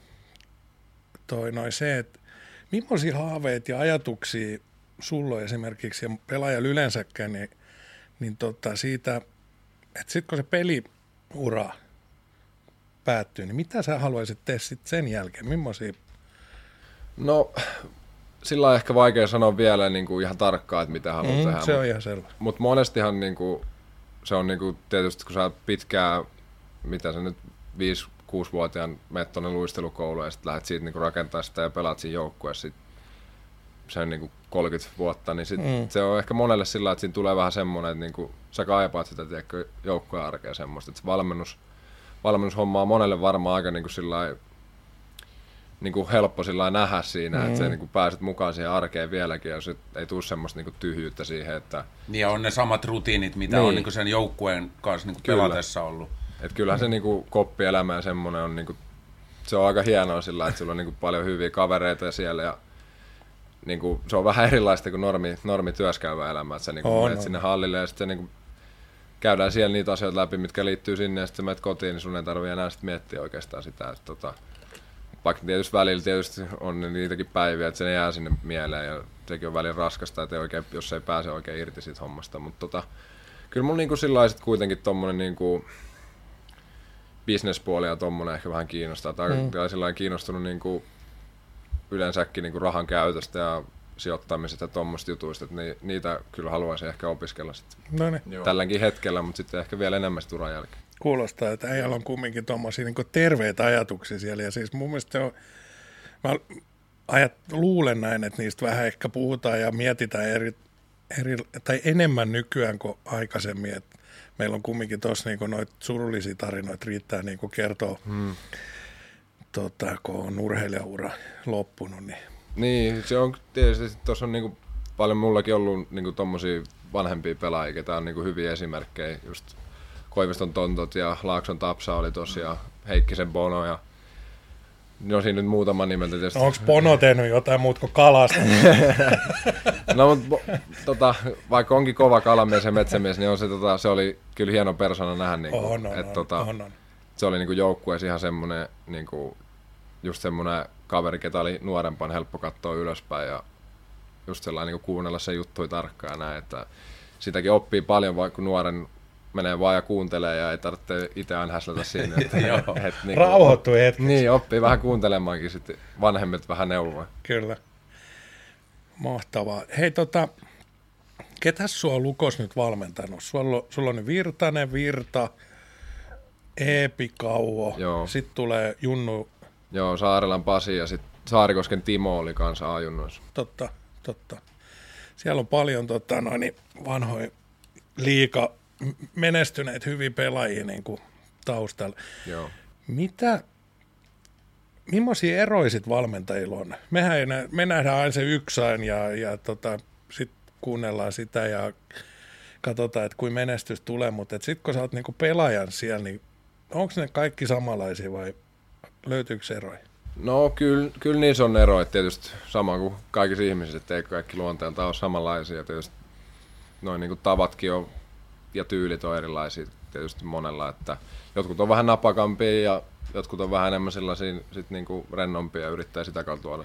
B: se, että millaisia haaveita ja ajatuksia sulla on esimerkiksi ja pelaajalla yleensäkään, niin siitä, että sitten kun se peliura päättyy, niin mitä sä haluaisit tehdä sitten sen jälkeen? Millaisia?
J: No sillä on ehkä vaikea sanoa vielä niin kuin ihan tarkkaan, että mitä haluat tehdä.
B: Se on ihan selvä.
J: Mutta monestihan niin kuin, se on niin kuin, tietysti, kun sä pitkään, mitä sä nyt 5-6-vuotiaan menet tuonne luistelukouluun ja sitten lähdet siitä niin kuin rakentaa sitä ja pelaat siinä joukkueessa se on niin kuin 30 vuotta, niin se on ehkä monelle sillä, että siinä tulee vähän semmoinen, että niin kuin, sä kaipaat sitä joukkueen arkea semmoista, että se valmennushomma on monelle varmaan aika niin kuin sillai, niin kuin helppo sillä nähdä siinä, että sä niin kuin pääset mukaan siihen arkeen vieläkin, ja ei tule semmoista niin kuin tyhjyyttä siihen, että
A: niin on ne samat rutiinit, mitä on niin kuin sen joukkueen kanssa niin kuin pelatessa ollut.
J: Että kyllähän se niin kuin koppielämä ja semmoinen on, niin kuin, se on aika hienoa sillä, että sulla on niin kuin paljon hyviä kavereita siellä, ja niin kuin, se on vähän erilaista kuin normi työskäyvä elämä, että sä niin kuin menet sinne hallille, ja sitten niin kuin käydään siellä niitä asioita läpi, mitkä liittyy sinne, ja sitten menet kotiin, niin sun ei tarvitse enää sit miettiä oikeastaan sitä, että vaikka tietysti on niitäkin päiviä, että se jää sinne mieleen ja sekin on välillä raskasta, että jos ei pääse oikein irti siitä hommasta, mutta kyllä mulla niinku sillaiset kuitenkin tommonen niinku businesspuoli ja tommonen ehkä vähän kiinnostaa, tai sillain kiinnostunut niinku yleensäkin niinku rahan käytöstä ja sijoittamisesta ja tommoista jutuista, että niitä kyllä haluaisin ehkä opiskella tälläkin hetkellä, mutta sitten ehkä vielä enemmän uran jälkeen.
B: Kuulostaa, että äijällä on kumminkin tommosia niin terveitä ajatuksia siellä, ja siis mun mielestä luulen näin, että niistä vähän ehkä puhutaan ja mietitään tai enemmän nykyään kuin aikaisemmin, että meillä on kumminkin tuossa niin noita surullisia tarinoita riittää niin kertoa, kun on urheilijaura loppunut.
J: Niin, se on tietysti, tuossa on niin paljon mullakin ollut niin tommosia vanhempia pelaajia, ketä on niin hyviä esimerkkejä, just Koiviston Tontot ja Laakson Tapsa oli tossa ja Heikkisen Bono ja no siinä nyt muutama nimeltä tietysti.
B: No, onko Bono tehnyt jotain muuta kuin kalasta?
J: No mutta vaikka onkin kova kalamies ja metsämies, niin se oli kyllä hieno persona nähdä. Se oli niin joukkueessa ihan semmoinen, niin just semmoinen kaveri, ketä oli nuorempaan helppo katsoa ylöspäin ja just sellainen niin kuunnella se juttuja tarkkaan ja näin, että sitäkin oppii paljon, vaikka nuoren menee vaan ja kuuntelee ja ei tarvitse itse aina häslätä siinä.
B: Rauhoittuu hetki.
J: Niin, oppii vähän kuuntelemaankin sitten vanhemmilta vähän neuvoa.
B: Kyllä. Mahtavaa. Hei, ketäs sua on Lukos nyt valmentanut? Sulla on Virtanen, Virta, Eepi, Kauho, sitten tulee Junnu.
J: Joo, Saarelan Pasi ja sitten Saarikosken Timo oli kanssa A-junnoissa.
B: Totta. Siellä on paljon vanhoja liiga menestyneet hyviä pelaajia niin kuin taustalla.
J: Joo.
B: Millaisia eroja sit valmentajilla on? Me nähdään aina se yksain ja sitten kuunnellaan sitä ja katsotaan, että kuin menestys tulee, mutta sitten kun sä oot niinku pelaajan siellä, niin onko ne kaikki samanlaisia vai löytyykö eroja?
J: No kyllä niissä on eroja, tietysti sama kuin kaikissa ihmisissä, että ei kaikki luonteelta ole samanlaisia. Tietysti noin niinku tavatkin on ja tyylit on erilaisia tietysti monella, että jotkut on vähän napakampia ja jotkut on vähän enemmän sellaisia sit niinku rennompia ja yrittää sitä kautta tuoda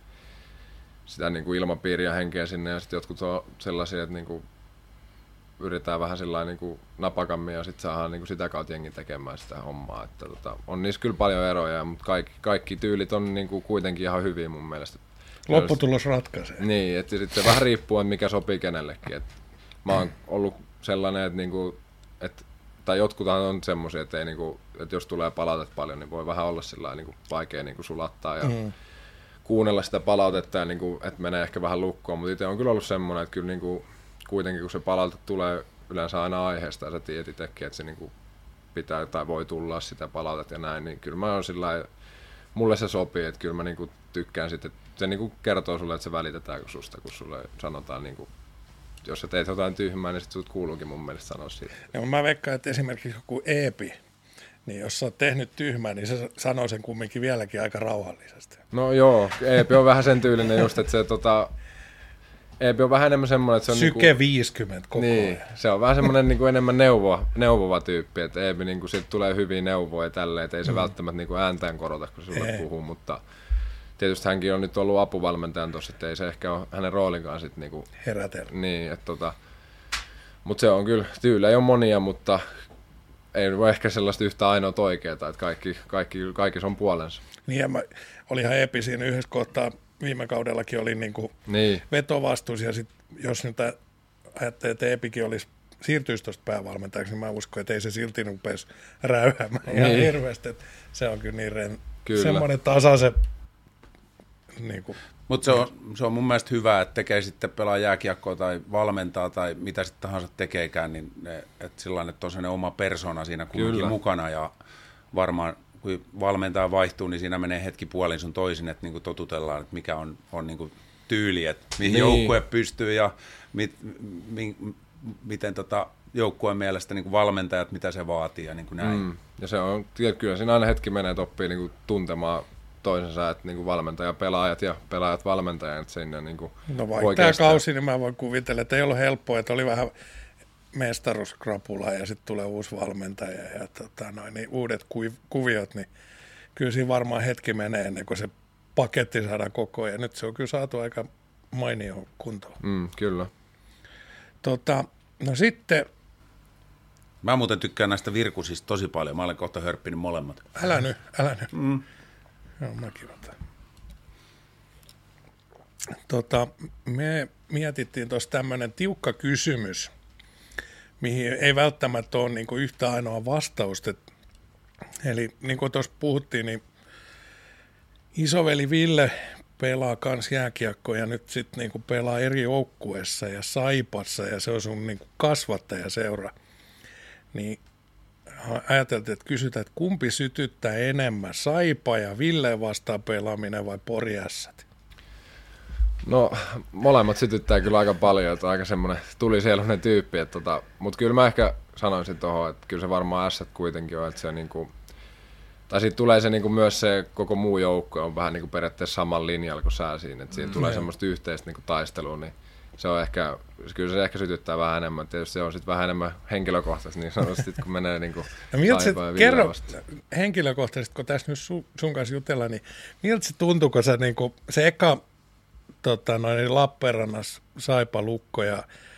J: sitä niinku ilmapiiriä henkeä sinne ja sitten jotkut on sellaisia, että niinku yritetään vähän sellainen niinku napakammin ja sitten saadaan niinku sitä kautta jengi tekemään sitä hommaa, että on niissä kyllä paljon eroja, mutta kaikki tyylit on niinku kuitenkin ihan hyviä mun mielestä.
B: Lopputulos ratkaisee.
J: Niin, että sitten vähän riippuu, että mikä sopii kenellekin. Mä oon ollut sellainen, että tai jotkuthan on semmoisia, että jos tulee palautetta paljon, niin voi vähän olla sellainen vaikea sulattaa ja kuunnella sitä palautetta ja että menee ehkä vähän lukkoon, mutta itse on kyllä ollut semmoinen, että kyllä kuitenkin kun se palaute tulee yleensä aina aiheesta ja sä tiedät itsekin, että se pitää tai voi tulla sitä palautetta ja näin, niin kyllä mä oon sillä mulle se sopii, että kyllä mä tykkään sitten, että se kertoo sulle, että se välitetään susta, kun sulle sanotaan jos sä teet jotain tyhmää, niin sit sut kuuluukin mun mielestä sanoa siitä.
B: No, mä veikkaan, että esimerkiksi joku Eepi, niin jos sä oot tehnyt tyhmää, niin se sanoo sen kumminkin vieläkin aika rauhallisesti.
J: No joo, Eepi on vähän sen tyylinen just, että se Eepi on vähän enemmän semmoinen, että se on
B: Syke 50 koko ajan.
J: Niin, se on vähän semmoinen enemmän neuvova tyyppi, että Eepi siitä tulee hyviä neuvoja tälleen, että ei se välttämättä ääntään korota, kun se sulle puhuu, mutta tietysti hänkin on nyt ollut apuvalmentajan tuossa, että ei se ehkä ole hänen roolinkaan sitten
B: herätellä.
J: Niin, että mutta se on kyllä, tyylejä on monia, mutta ei voi ehkä sellaista yhtä ainoa oikeaa, että kaikki on puolensa.
B: Niin, ja olihan Eepi siinä yhdessä kohtaa, viime kaudellakin oli vetovastuus, ja sitten jos nyt ajattelee, että Eepikin siirtyisi tuosta päävalmentajaksi, niin mä uskon, että ei se silti rupeisi räyhämään ihan hirveästi, että se on kyllä niin semmoinen tasaisen.
A: Mutta se on mun mielestä hyvä, että tekee sitten pelaa jääkiekkoa tai valmentaa tai mitä sitten tahansa tekeekään, niin että sillain, että on sellainen oma persona siinä kuitenkin mukana ja varmaan kun valmentaja vaihtuu, niin siinä menee hetki puolin sun toisin, että totutellaan, että mikä on tyyli, että mihin joukkue pystyy ja miten joukkueen mielestä valmentajat, mitä se vaatii ja näin.
J: Ja se on, kyllä siinä aina hetki menee, että oppii tuntemaan toisensa, että valmentaja pelaajat ja pelaajat valmentajat sinne
B: no vaikka tämä kausi, niin mä voin kuvitella, että ei ollut helppoa, että oli vähän mestaruuskrapula ja sitten tulee uusi valmentaja ja niin uudet kuviot, niin kyllä siinä varmaan hetki menee ennen kuin se paketti saadaan koko ja nyt se on kyllä saatu aika mainio kuntoon.
J: Kyllä.
B: No sitten...
A: Mä muuten tykkään näistä virkusista tosi paljon. Mä olen kohta hörppinyt molemmat.
B: Älä nyt. Joo, mäkin otan. Me mietittiin tuossa tämmöinen tiukka kysymys, mihin ei välttämättä ole niin kuin yhtä ainoa vastausta. Eli niin kuin tuossa puhuttiin, niin isoveli Ville pelaa kans jääkiekkoa ja nyt sitten niin kuin pelaa eri joukkueessa ja Saipassa ja se on sun niin kuin kasvattajaseura. Niin ajateltiin, että kysytään, että kumpi sytyttää enemmän, Saipa ja Ville vastaan pelaaminen vai Pori Ässät?
J: No molemmat sytyttää kyllä aika paljon, että aika semmoinen tuli sellainen tyyppi, että mutta kyllä mä ehkä sanoisin tuohon, että kyllä se varmaan Ässät kuitenkin on, että se niinku, tai siitä tulee se niinku myös se koko muu joukko on vähän niinku periaatteessa saman linjalla kuin sä siinä, että siinä tulee semmoista yhteistä niinku taistelua, niin se on ehkä, kyllä se ehkä sytyttää vähän enemmän. Tietysti se on sitten vähän enemmän henkilökohtaisesti, niin sanotaan kun menee niinku Saipaan ja Ville vastaan.
B: Henkilökohtaisesti, kun tässä nyt sun kanssa jutellaan, niin miltä se tuntuu, kun sä niinku, se eka Lappeenrannas Saipa Lukko ja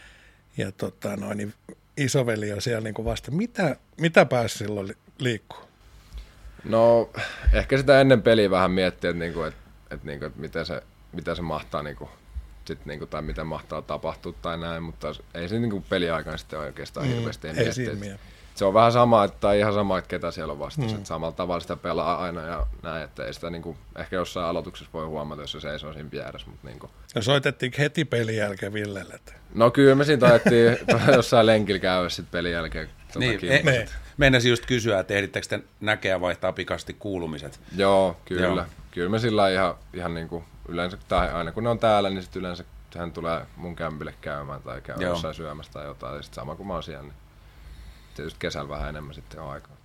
B: isoveli on siellä niinku vasta. Mitä pääsi silloin liikkuu?
J: No ehkä sitä ennen peliä vähän miettiä, että mitä se mahtaa tai mitä mahtaa tapahtua tai näin, mutta ei se peliaikana sitten oikeastaan hirveästi miettiä. Se on vähän sama, tai ihan sama, että ketä siellä on vastassa. Samalla tavalla sitä pelaa aina ja näin, että ei sitä ehkä jossain aloituksessa voi huomata, jos se seisoo siinä vieressä.
B: No soitettiinko heti pelin jälkeen Villelle?
J: No kyllä me siinä taidettiin jossain lenkillä käydä sitten pelin jälkeen.
A: Meinasin just kysyä, että ehdittekö te näkeä vaihtaa pikasti kuulumiset?
J: Joo, kyllä. Joo. Kyllä me sillä ihan niin kuin yleensä, tai aina kun ne on täällä, niin sitten yleensä hän tulee mun kämpille käymään tai käy jossain syömässä tai jotain. Ja sitten sama kuin mä oon siellä, niin tietysti kesällä vähän enemmän sitten on aikaa.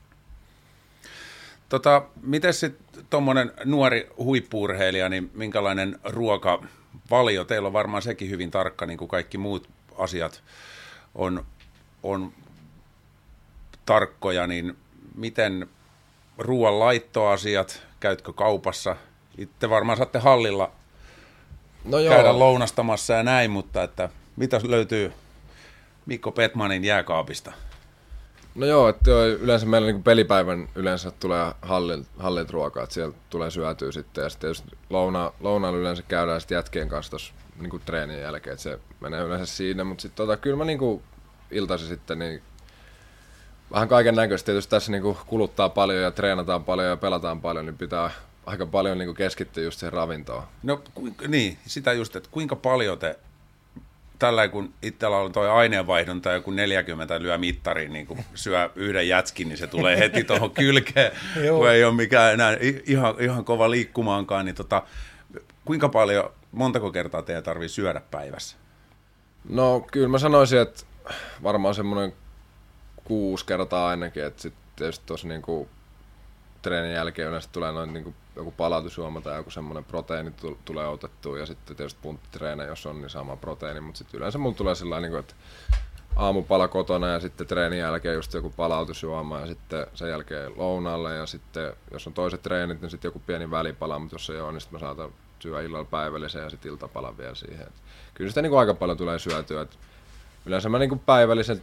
A: Miten sitten tuommoinen nuori huippu-urheilija, niin minkälainen ruokavalio? Teillä on varmaan sekin hyvin tarkka, niin kuin kaikki muut asiat on tarkkoja, niin miten ruoanlaittoasiat, käytkö kaupassa? Itse varmaan saatte hallilla käydä lounastamassa ja näin, mutta että mitä löytyy Mikko Petmanin jääkaapista?
J: No joo, että yleensä meillä niin pelipäivän yleensä tulee hallit ruokaa, että siellä tulee syötyä sitten ja sitten just lounaalla yleensä käydään sitten jätkien kanssa tuossa niin treenin jälkeen, että se menee yleensä siinä, mutta sitten kyllä mä niin iltaisin sitten niin vähän kaiken näköistä. Tietysti tässä niin kuluttaa paljon ja treenataan paljon ja pelataan paljon, niin pitää aika paljon niin keskittyä just siihen ravintoon.
A: No niin, sitä just, että kuinka paljon te, tällä kun itsellä on toi aineenvaihdunta ja kun 40 lyö mittariin, niin kun syö yhden jätskin, niin se tulee heti tuohon kylkeen, kun ei ole mikään enää ihan kova liikkumaankaan. Niin kuinka paljon, montako kertaa teidän tarvitsee syödä päivässä?
J: No kyllä mä sanoisin, että varmaan semmoinen 6 kertaa ainakin, että sitten tietysti tuossa niinku treenin jälkeen yleensä tulee noin niinku joku palautusjuoma tai joku semmoinen proteiini tulee otettua ja sitten tietysti punttitreeni, jos on, niin sama proteiini, mutta sitten yleensä mulla tulee sillä niinku, että aamupala kotona ja sitten treenin jälkeen just joku palautusjuoma ja sitten sen jälkeen lounaalle ja sitten jos on toiset treenit, niin sitten joku pieni välipala, mutta jos ei ole, niin sitten mä saatan syödä illalla päivällisen ja sitten iltapalan vielä siihen. Et kyllä sitä niinku aika paljon tulee syötyä. Et yleensä mä niinku päivällisen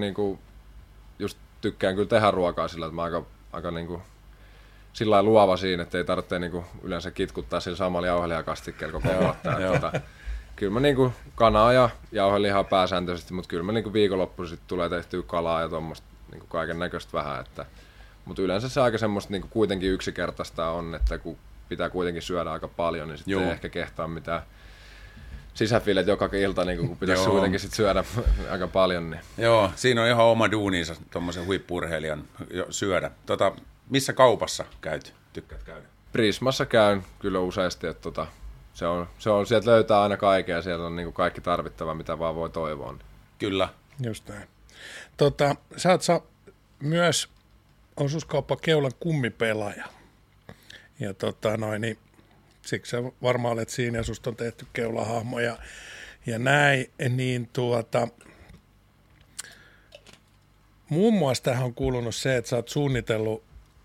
J: tykkään kyllä tehdä ruokaa sillä, että mä aika niinku sillä lailla luova siinä, että ei tarvitse niinku yleensä kitkuttaa sillä samalla jauhelijakastikkeella koko vuotta. Kyllä mä niinku kanaa ja jauhelihaa pääsääntöisesti, mutta kyllä mä niinku viikonloppuisin tulee tehtyä kalaa ja tuommoista niinku kaiken näköistä vähän. Mutta yleensä se aika semmoista niinku kuitenkin yksinkertaista on, että kun pitää kuitenkin syödä aika paljon, niin sitten ei ehkä kehtaa mitään sisäfilet joka ilta, niin kun pitäisi kuitenkin sit syödä aika paljon. Niin.
A: Joo, siinä on ihan oma duuninsa tuommoisen huippu-urheilijan syödä. Missä kaupassa tykkäät käydä?
J: Prismassa käyn kyllä useasti, että se on, sieltä löytää aina kaiken ja sieltä on niin kuin kaikki tarvittava, mitä vaan voi toivoa. Niin.
A: Kyllä.
B: Just näin. Sä oot myös osuuskauppa Keulan kummipelaaja. Ja niin siksi sä varmaan olet siinä ja susta on tehty keulahahmo ja näin, niin muun muassa tähän on kuulunut se, että sä oot suunnitellut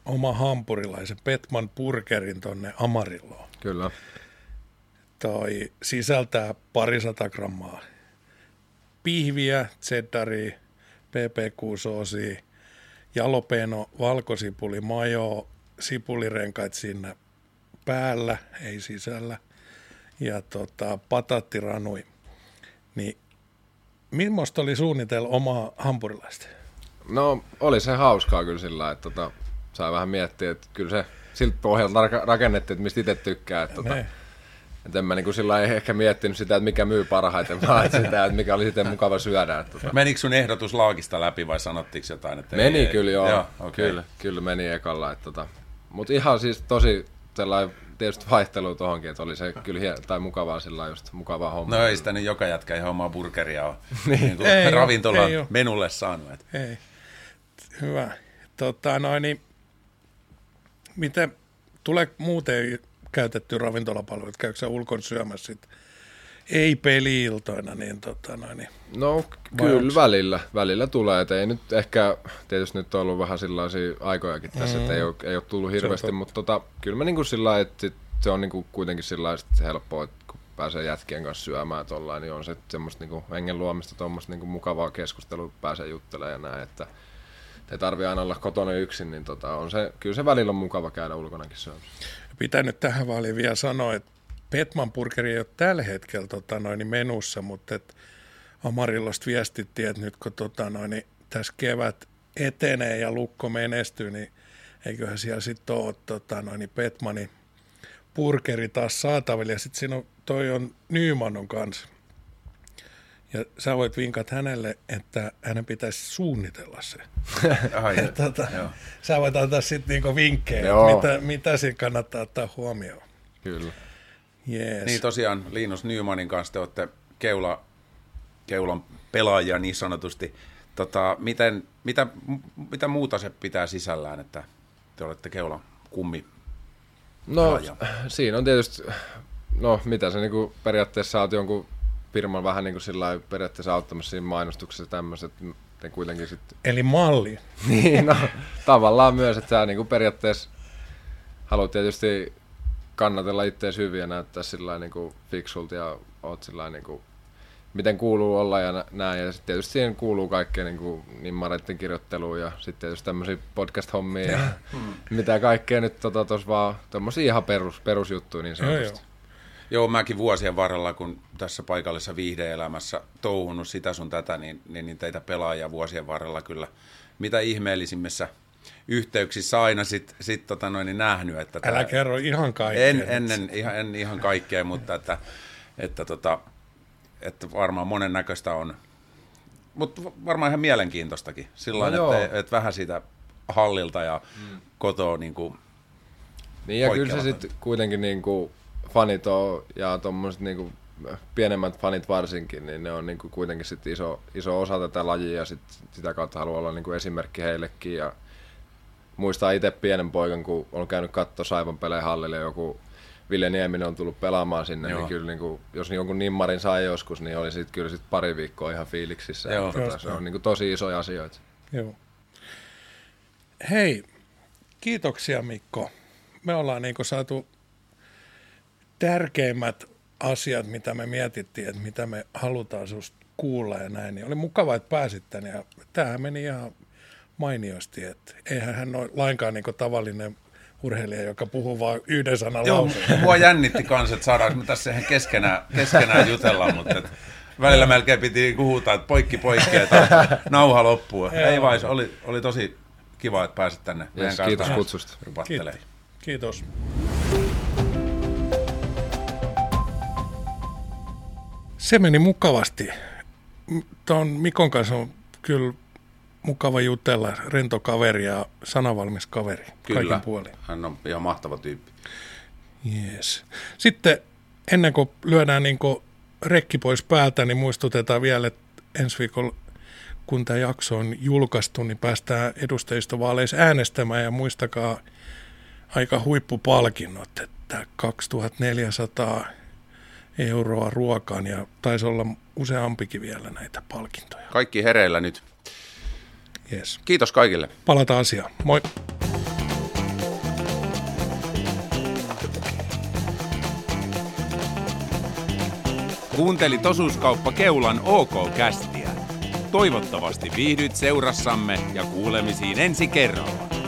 B: oma hampurilaisen Petman burgerin tonne Amarilloon.
J: Kyllä.
B: Toi sisältää 200 grammaa pihviä, cheddaria, PPQ-soosia, jalapeno, valkosipuli, majoa, sipulirenkaat siinä päällä, ei sisällä, ja patattiranui. Niin millaista oli suunnitella omaa hampurilaista?
J: No oli se hauskaa kyllä sillä, että sai vähän miettiä, että kyllä se siltä pohjalta rakennettiin, että mistä itse tykkää. Että en mä niin kuin sillä ei ehkä miettinyt sitä, että mikä myy parhaiten, vaan sitä, että mikä oli sitten mukava syödä.
A: Menikö sun ehdotus laakista läpi vai sanottiinko jotain? Että
J: meni kyllä joo okay. Kyllä meni ekalla. Mutta ihan siis tosi sellainen tietysti vaihtelu tohonkin, että oli se kyllä tai mukavaa sillä just mukavaa hommaa.
A: No ei sitä nyt joka jätkä ihan omaa burgeria ole niin kuin ravintolan menulle saanut.
B: Ei. Hyvä. Niin, miten tulee muuten käytetty ravintolapalvelut? Käykö sä ulkon syömässä sit? Ei peli-iltoina, niin
J: No kyllä välillä tulee, että ei nyt ehkä, tietysti nyt on ollut vähän sellaisia aikojakin tässä, että ei ole tullut hirveästi, mutta kyllä mä niin kuin sillä että se on niin kuin kuitenkin sillä helppoa, että kun pääsee jätkien kanssa syömään tollain, niin on se semmoista niin kuin hengen luomista, tuommoista niin kuin mukavaa keskustelua, pääsee juttelemaan ja näin, että ei tarvitse aina olla kotona yksin, niin on se, kyllä se välillä on mukava käydä ulkonakin syömässä.
B: Pitää nyt tähän väliin vielä sanoa, että Petman burgeri ei ole tällä hetkellä menussa, mutta Amarillosta viestittiin, että nyt kun tässä kevät etenee ja lukko menestyy, niin eiköhän siellä sitten ole Petmanin burgeri taas saatavilla. Ja sitten siinä toi on Nymanon kanssa. Ja sä voit vinkat hänelle, että hänen pitäisi suunnitella se. Sä voit antaa sitten niinku vinkkejä, mitä siinä kannattaa ottaa huomioon.
J: Kyllä.
B: Yes.
A: Niin tosiaan Linus Nymanin kanssa te olette keulan pelaajia niin sanotusti. Mitä muuta se pitää sisällään, että te olette keulan kummi?
J: No siinä on tietysti, mitä se niinku periaatteessa saat jonkun firman vähän niin kuin sillä periaatteessa auttamassa siinä mainostuksessa tämmöiset, että kuitenkin sitten...
B: Eli malli.
J: Niin, tavallaan myös, että sä niin kuin periaatteessa haluat tietysti kannatella itseäsi hyvin ja näyttää sillä niin kuin fiksulta ja oot sillä niin kuin, miten kuuluu olla ja näin. Ja sitten tietysti siihen kuuluu kaikkea niin mareitten kirjoitteluun ja sitten tietysti tämmöisiä podcast-hommia ja mitä kaikkea nyt tuossa vaan tommosia ihan perusjuttuja niin sanotusti.
A: Joo, mäkin vuosien varrella, kun tässä paikallisessa viihde-elämässä touhunut sitä sun tätä, niin teitä pelaajia vuosien varrella kyllä mitä ihmeellisimmissä yhteyksissä aina sit nähnyt. Että
B: älä kerro ihan kaikkea.
A: En ihan kaikkea, mutta että varmaan monennäköistä on. Mutta varmaan ihan mielenkiintoistakin. Sillain, että vähän siitä hallilta ja kotoa niin kuin
J: niin ja kyllä se sitten kuitenkin niin kuin fanit on, ja tuommoiset niinku pienemmät fanit varsinkin, niin ne on niinku kuitenkin sit iso osa tätä lajia ja sitä kautta haluaa olla niinku esimerkki heillekin. Ja muistaa itse pienen poikan, kun on käynyt katsoa Saipan pelejä hallille ja joku Ville Nieminen on tullut pelaamaan sinne, niin kyllä niinku, jos jonkun nimmarin sai joskus, niin oli kyllä pari viikkoa ihan fiiliksissä. Se on niinku tosi isoja asioita.
B: Joo. Hei, kiitoksia Mikko. Me ollaan niinku saatu tärkeimmät asiat, mitä me mietittiin, että mitä me halutaan susta kuulla ja näin, niin oli mukava, että pääsit tänne ja tämähän meni ihan mainiosti, että eihän hän ole lainkaan niin kuin tavallinen urheilija, joka puhuu vain yhden sanan lauseen.
A: Joo, mua jännitti kanssa, että saadaanko me tässä keskenään jutella, mutta välillä melkein piti huutaa, että poikki, että nauha loppuu. Ei vaan, oli tosi kiva, että pääsit tänne.
J: Yes, kiitos kutsusta.
B: Kiitos. Se meni mukavasti. Tuon Mikon kanssa on kyllä mukava jutella, rento kaveri ja sanavalmis kaveri.
A: Kyllä,
B: kaikin puolin.
A: Hän on ihan mahtava tyyppi.
B: Yes. Sitten ennen kuin lyödään niin kuin rekki pois päältä, niin muistutetaan vielä, että ensi viikolla, kun tämä jakso on julkaistu, niin päästään edustajistovaaleissa äänestämään ja muistakaa aika huippupalkinnot, että 2400 euroa ruokaan ja taisi olla useampikin vielä näitä palkintoja.
A: Kaikki hereillä nyt.
B: Yes.
A: Kiitos kaikille.
B: Palataan asiaan. Moi.
A: Kuuntelit Osuuskauppa Keulan OK-kästiä. Toivottavasti viihdyt seurassamme ja kuulemisiin ensi kerralla.